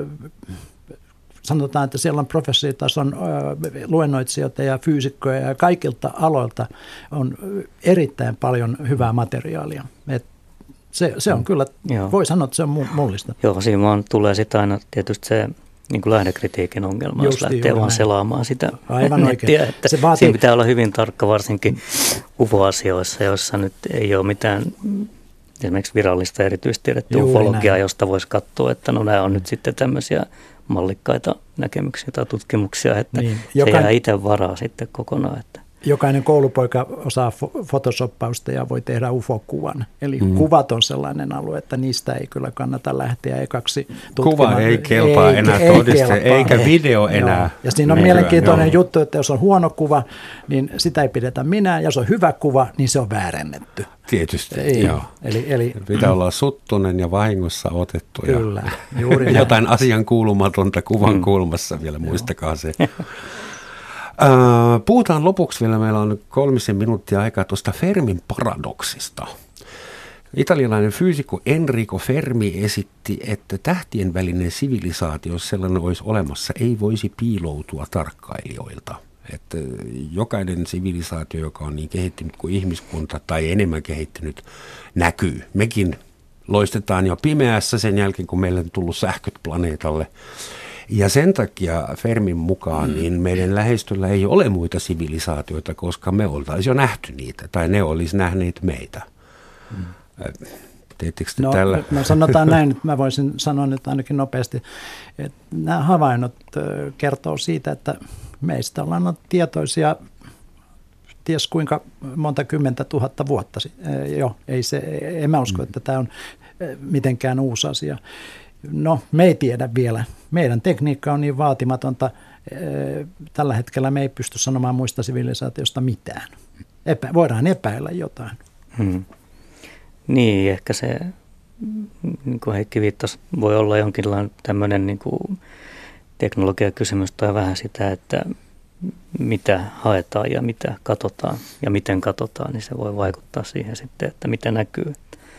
Sanotaan, että siellä on professoritason luennoitsijoita ja fyysikkoja ja kaikilta aloilta on erittäin paljon hyvää materiaalia. Et se, se on kyllä, Joo. voi sanoa, että se on mullista. Joo, siinä vaan tulee sitten aina tietysti se niin kuin lähdekritiikin ongelma, Justi, jos lähtee vaan näin. selaamaan sitä Aivan nettiä. Että se vaatii... Siinä pitää olla hyvin tarkka, varsinkin U F O-asioissa, joissa nyt ei ole mitään esimerkiksi virallista erityistiedettä ufologiaa, josta voisi katsoa, että no nämä on nyt sitten tämmöisiä mallikkaita näkemyksiä tai tutkimuksia, että niin. Joka... se jää itse varaa sitten kokonaan. Että. Jokainen koulupoika osaa photoshoppausta ja voi tehdä U F O-kuvan. Eli mm. kuvat on sellainen alue, että niistä ei kyllä kannata lähteä ekaksi tutkimaan. Kuva ei kelpaa ei, enää todiste, eikä video enää. Joo. Ja siinä on Nykyään, mielenkiintoinen joo. juttu, että jos on huono kuva, niin sitä ei pidetä minään. Ja jos on hyvä kuva, niin se on väärennetty. Tietysti, ei, joo. Eli, eli, pitää olla suttunen ja vahingossa otettu. Kyllä, ja juuri jotain asian kuulumatonta kuvan mm. kulmassa vielä, muistakaa se. Puhutaan lopuksi vielä, meillä on kolmisen minuuttia aikaa tuosta Fermin paradoksista. Italialainen fyysikko Enrico Fermi esitti, että tähtien välinen sivilisaatio, jos sellainen olisi olemassa, ei voisi piiloutua tarkkailijoilta. Että jokainen sivilisaatio, joka on niin kehittynyt kuin ihmiskunta tai enemmän kehittynyt, näkyy. Mekin loistetaan jo pimeässä sen jälkeen, kun meille on tullut sähköt planeetalle. Ja sen takia Fermin mukaan niin meidän lähistöllä ei ole muita sivilisaatioita, koska me oltaisiin jo nähty niitä, tai ne olisi nähneet meitä. Mm. No, tällä? No sanotaan näin, että mä voisin sanoa nyt ainakin nopeasti, että nämä havainnot kertoo siitä, että meistä ollaan tietoisia ties kuinka monta kymmentä tuhatta vuotta jo. Ei se, en mä usko, että tämä on mitenkään uusi asia. No, me ei tiedä vielä. Meidän tekniikka on niin vaatimatonta. Tällä hetkellä me ei pysty sanomaan muista sivilisaatiosta mitään. Epä, voidaan epäillä jotain. Hmm. Niin, ehkä se, niin kuin Heikki viittasi, voi olla jonkinlainen tämmöinen niin kuin teknologiakysymys tai vähän sitä, että mitä haetaan ja mitä katsotaan ja miten katsotaan, niin se voi vaikuttaa siihen sitten, että mitä näkyy.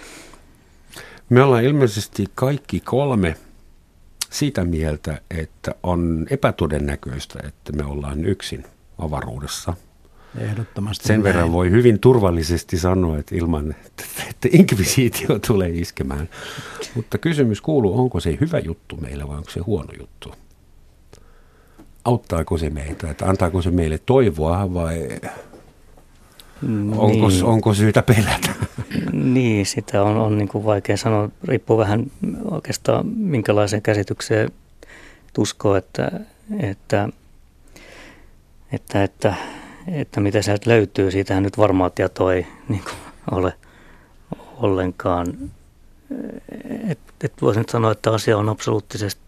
Me ollaan ilmeisesti kaikki kolme sitä mieltä, että on epätodennäköistä, että me ollaan yksin avaruudessa. Ehdottomasti. Sen näin. verran voi hyvin turvallisesti sanoa, että ilman, että inkvisitio tulee iskemään. Mutta kysymys kuuluu, onko se hyvä juttu meillä vai onko se huono juttu? Auttaako se meitä, että antaako se meille toivoa vai onko, niin. onko syytä pelätä? Niin, sitä on, on niin kuin vaikea sanoa. Riippuu vähän oikeastaan minkälaiseen käsitykseen uskoo, että, että, että, että, että mitä sieltä löytyy. Siitähän nyt varmaa tietoa ei niin kuin ole ollenkaan. Et, et voisin nyt sanoa, että asia on absoluuttisesti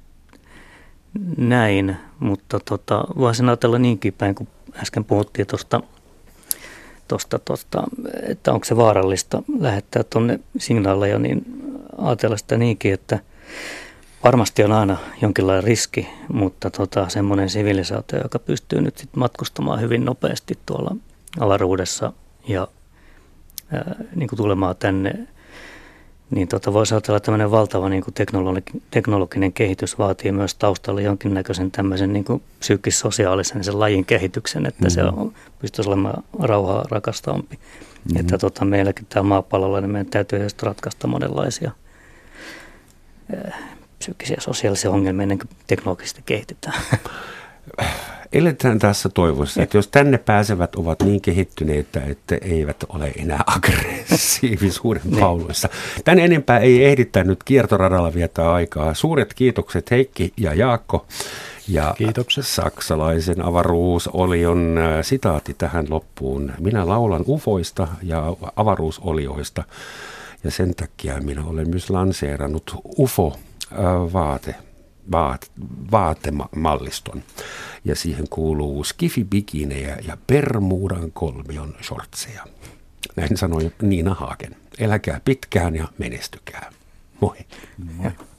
näin, mutta tota, voisin ajatella niinkin päin, kun äsken puhuttiin tuosta, tosta, tosta, että onko se vaarallista lähettää tuonne signaaleja, niin ajatella sitä niinkin, että varmasti on aina jonkinlainen riski, mutta tota, semmoinen sivilisaatio, joka pystyy nyt sit matkustamaan hyvin nopeasti tuolla avaruudessa ja ää, niin kuin tulemaan tänne, niin tota, voisi ajatella, että tämmöinen valtava niin kuin teknologi- teknologinen kehitys vaatii myös taustalla jonkinnäköisen tämmöisen niin kuin psyykkis-sosiaalisen sen lajin kehityksen, että mm-hmm. se on, pystyisi olemaan rauhaa rakastavampi. Mm-hmm. Että tota, meilläkin täällä maapallolla niin meidän täytyy just ratkaista monenlaisia äh, psyykkisiä ja sosiaalisia ongelmia ennen kuin teknologisesti kehitetään. Eletään tässä toivossa, että jos tänne pääsevät ovat niin kehittyneitä, että eivät ole enää aggressiivisuuden pauloissa. Tän enempää ei ehdittänyt kiertoradalla viettää aikaa. Suuret kiitokset Heikki ja Jaakko. Ja kiitokset. Saksalaisen avaruusolion sitaatti tähän loppuun. Minä laulan ufoista ja avaruusolioista ja sen takia minä olen myös lanseerannut ufo-vaate. Vaat, vaatemalliston. Ja siihen kuuluu skifibikinejä ja Bermudan kolmion shortseja. Näin sanoi Niina Haaken. Eläkää pitkään ja menestykää. Moi. Moi.